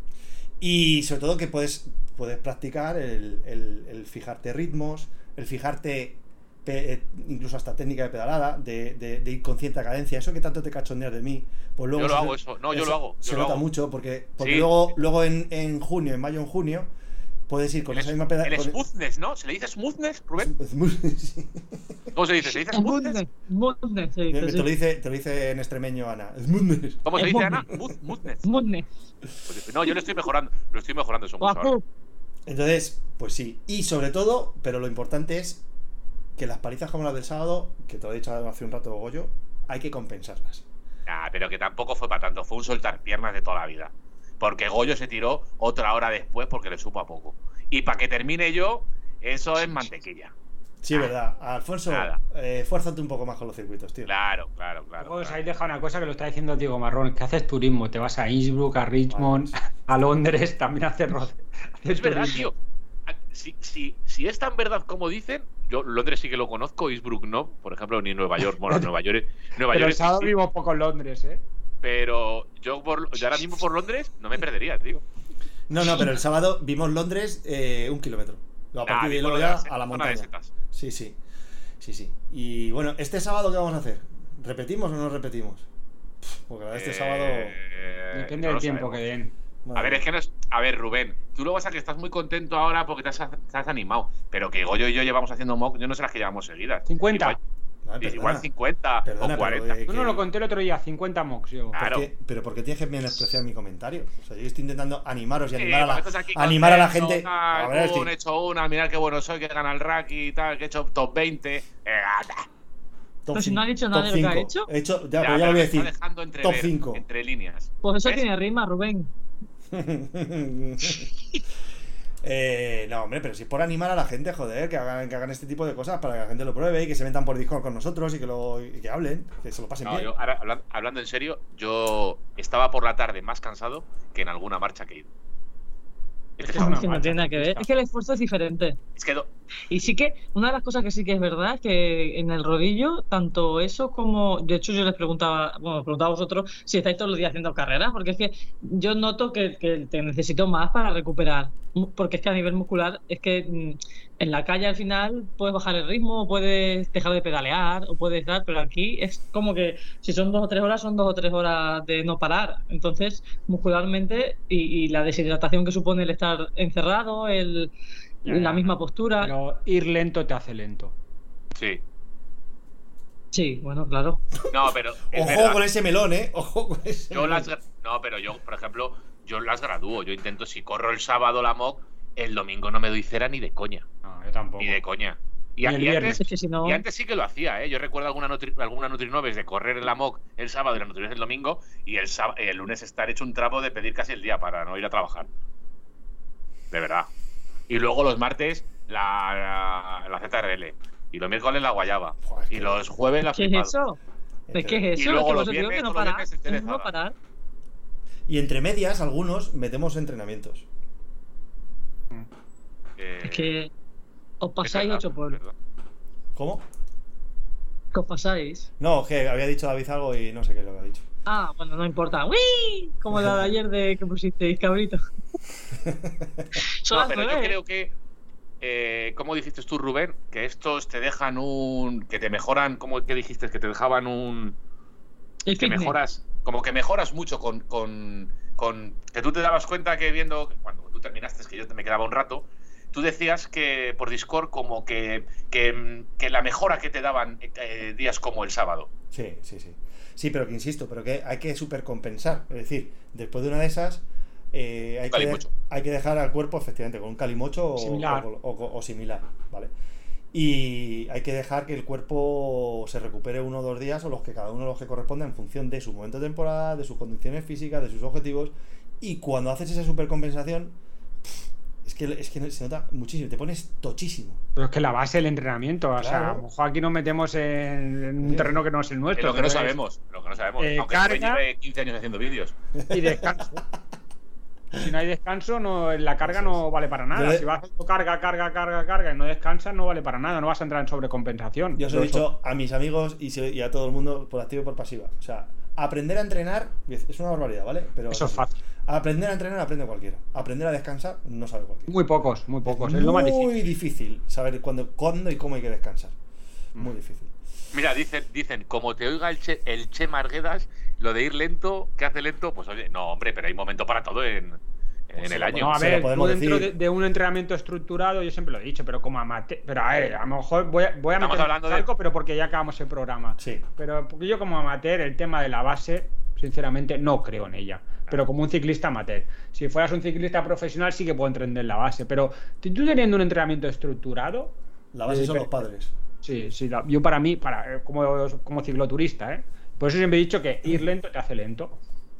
Y sobre todo que puedes practicar el fijarte ritmos, el fijarte incluso hasta técnica de pedalada, de ir con cierta cadencia. Eso que tanto te cachondeas de mí, pues luego Yo lo hago eso. No, yo lo hago. Se Yo lo nota hago. mucho porque Sí. luego en junio, en mayo, en junio, puedes ir con esa misma pedalada. El smoothness, ¿no? ¿Se le dice smoothness, Rubén? Sí. ¿Cómo se dice? ¿Se dice smoothness? Smoothness, se Te dice, lo sí. dice en extremeño Ana. Smoothness. ¿Cómo se Es dice, muy- Ana? Smoothness. Smoothness. Pues, no, yo lo estoy mejorando eso mucho ahora. Guapo. Entonces, pues sí. Y sobre todo, pero lo importante es que las palizas como las del sábado, que te lo he dicho hace un rato, Goyo, hay que compensarlas. Pero que tampoco fue para tanto, fue un soltar piernas de toda la vida. Porque Goyo se tiró otra hora después porque le supo a poco. Y para que termine yo, eso es mantequilla. Sí, verdad. Alfonso, fuérzate un poco más con los circuitos, tío. Claro. Luego os habéis dejado una cosa que lo está diciendo Diego Marrón, que haces turismo, te vas a Innsbruck, a Richmond, a Londres, también haces Es verdad, tío. Si es tan verdad como dicen, yo Londres sí que lo conozco, Innsbruck no, por ejemplo, ni Nueva York. Bueno, Nueva York pero el sábado vivo poco en Londres, ¿eh? Pero yo ahora mismo por Londres no me perdería, tío. No, pero el sábado vimos Londres 1 kilómetro. A partir de luego ya a la montaña. Sí. Y bueno, ¿este sábado qué vamos a hacer? ¿Repetimos o no repetimos? Porque este sábado... Depende del tiempo que den. A ver, es que no es... A ver, Rubén, tú lo vas a que estás muy contento ahora porque te has animado. Pero que Goyo y yo llevamos haciendo mock, yo no sé las que llevamos seguidas. 50. Igual 50 o 40. No, lo conté el otro día, 50 mocks yo. Claro. Pero ¿por qué tienes que menospreciar mi comentario? O sea, yo estoy intentando animaros y aquí animar a la gente. A ver, he hecho una, mirad qué bueno soy, que gana el Raki y tal, que he hecho top 20. Pero si no ha dicho nada de lo que ha hecho. Ya lo voy a decir. Top 5. Entre líneas. Pues eso tiene rima, Rubén. No, hombre, pero si es por animar a la gente, joder, que hagan este tipo de cosas para que la gente lo pruebe y que se metan por Discord con nosotros y que hablen, que se lo pasen bien. Yo, ahora, hablando en serio, yo estaba por la tarde más cansado que en alguna marcha que he ido. Es que no tiene nada que ver. Es que el esfuerzo es diferente. Y sí que, una de las cosas que sí que es verdad es que en el rodillo, tanto eso como... De hecho, yo les preguntaba, os preguntaba a vosotros si estáis todos los días haciendo carreras, porque es que yo noto que te necesito más para recuperar. Porque es que a nivel muscular, es que en la calle al final puedes bajar el ritmo, puedes dejar de pedalear, o puedes dar, pero aquí es como que si son 2 o 3 horas, son 2 o 3 horas de no parar. Entonces, muscularmente, y la deshidratación que supone el estar encerrado, la misma postura. Pero ir lento te hace lento. Sí, bueno, claro. No, pero ojo con ese melón, ojo con ese melón. Pero yo, por ejemplo, yo las gradúo. Yo intento, si corro el sábado la mock, el domingo no me doy cera ni de coña. No, yo tampoco. Ni de coña. Y antes sí que lo hacía, Yo recuerdo alguna Nutrinoves de correr en la mock el sábado y la Nutrinoves el domingo, y el lunes estar hecho un trapo de pedir casi el día para no ir a trabajar. De verdad. Y luego los martes la ZRL. Y los miércoles la guayaba. Y los jueves la flipado. ¿Qué es eso? ¿Qué es eso? Y luego los viernes no parar. Y entre medias, algunos metemos entrenamientos. Es que os pasáis 8 por... ¿Cómo? ¿Qué os pasáis? No, que había dicho David algo y no sé qué es lo que ha dicho. Ah, bueno, no importa. ¡Uy! Como la de ayer de que pusisteis, cabrito. No, pero yo creo que, como dijiste tú, Rubén, que estos te dejan que te mejoran, como que dijiste, que te dejaban que mejoras, como que mejoras mucho con que tú te dabas cuenta que viendo, cuando tú terminaste, que yo me quedaba un rato, tú decías que por Discord como que la mejora que te daban días como el sábado. Sí. Sí, pero que insisto, pero que hay que supercompensar. Es decir, después de una de esas, hay que dejar al cuerpo efectivamente con un calimocho o similar, ¿vale? Y hay que dejar que el cuerpo se recupere 1 o 2 días, o cada uno de los que corresponda, en función de su momento de temporada, de sus condiciones físicas, de sus objetivos. Y cuando haces esa supercompensación, es que se nota muchísimo, te pones tochísimo. Pero es que la base del entrenamiento, claro. O sea, a lo mejor aquí nos metemos en un terreno que no es el nuestro. Lo que no sabemos. Aunque carga, lleve 15 años haciendo vídeos. Y descanso. Si no hay descanso, la carga no vale para nada. Si vas a carga y no descansas, no vale para nada. No vas a entrar en sobrecompensación. Yo os he dicho a mis amigos y a todo el mundo, por activa y por pasiva. O sea, aprender a entrenar es una barbaridad, ¿vale? Pero eso es fácil. Aprender a entrenar aprende cualquiera. Aprender a descansar no sabe cualquiera. Muy pocos. Es lo más difícil. Muy difícil saber cuándo y cómo hay que descansar. Muy difícil. Mira, dicen, como te oiga el Che Marguedas, lo de ir lento, ¿qué hace lento? Pues oye, no, hombre, pero hay momento para todo en el año. No, a ver, dentro de un entrenamiento estructurado, yo siempre lo he dicho, pero como amateur. Pero a ver, a lo mejor voy a meter un salco, pero porque ya acabamos el programa. Sí. Pero porque yo como amateur, el tema de la base, sinceramente, no creo en ella. Pero como un ciclista amateur. Si fueras un ciclista profesional, sí que puedo entender la base. Pero tú teniendo un entrenamiento estructurado... La base son los padres. Sí, yo para mí, como cicloturista, Por eso siempre he dicho que ir lento te hace lento.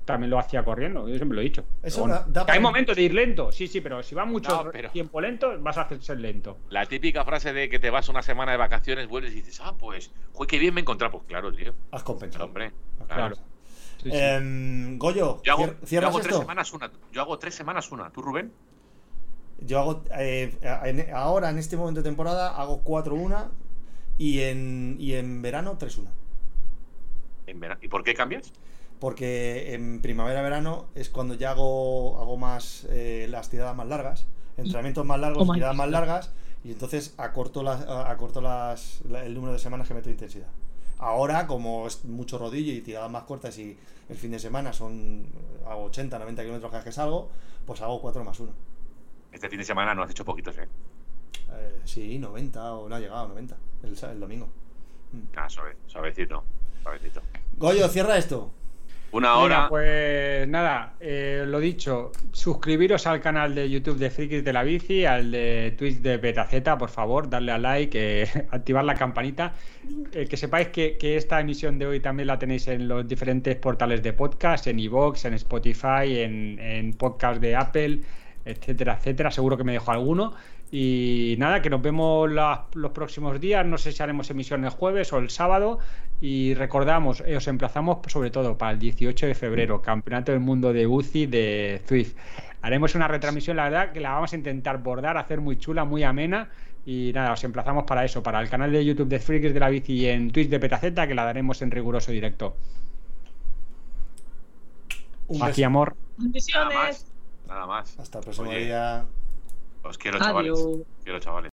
también lo hacía corriendo, yo siempre lo he dicho. Eso Bueno, da hay momentos de ir lento, sí, pero si va mucho No, pero- tiempo lento, vas a hacer ser lento. La típica frase de que te vas una semana de vacaciones, vuelves y dices, pues, joder, qué bien me he encontrado. Pues claro, tío. Has compensado. Hombre, Claro. Sí, sí. Goyo, Yo hago ¿cierras 3 esto? semanas una. Yo hago 3 semanas una. ¿Tú, Rubén? Yo hago ahora en este momento de temporada hago 4-1 y en verano 3-1. ¿Y por qué cambias? Porque en primavera-verano es cuando ya hago más las tiradas más largas, entrenamientos más largos, Oh, tiradas más my largas, y entonces acorto el número de semanas que meto de intensidad. Ahora, como es mucho rodillo y tiradas más cortas y el fin de semana hago 80, 90 kilómetros cada vez que salgo, pues hago 4+1. Este fin de semana no has hecho poquitos, ¿eh? Sí, 90 o no ha llegado a 90 el domingo. Suavecito. Goyo, cierra esto. Una Venga, hora. pues nada, lo dicho, suscribiros al canal de YouTube de Frikis de la Bici, al de Twitch de Betaceta, por favor, darle a like, activar la campanita. Que sepáis que esta emisión de hoy también la tenéis en los diferentes portales de podcast, en iVoox, en Spotify, en podcast de Apple, etcétera, etcétera. Seguro que me dejo alguno. Y nada, que nos vemos los próximos días. No sé si haremos emisión el jueves o el sábado. Y recordamos, os emplazamos sobre todo para el 18 de febrero, Campeonato del Mundo de UCI de Zwift. Haremos una retransmisión, la verdad, que la vamos a intentar bordar, hacer muy chula, muy amena. Y nada, os emplazamos para eso, para el canal de YouTube de Frikis de la Bici y en Twitch de Petaceta, que la daremos en riguroso directo. Un Paz y beso. amor. Bendiciones. Nada más. Hasta el próximo Oye. día. Os quiero, chavales. Adiós. Quiero, chavales.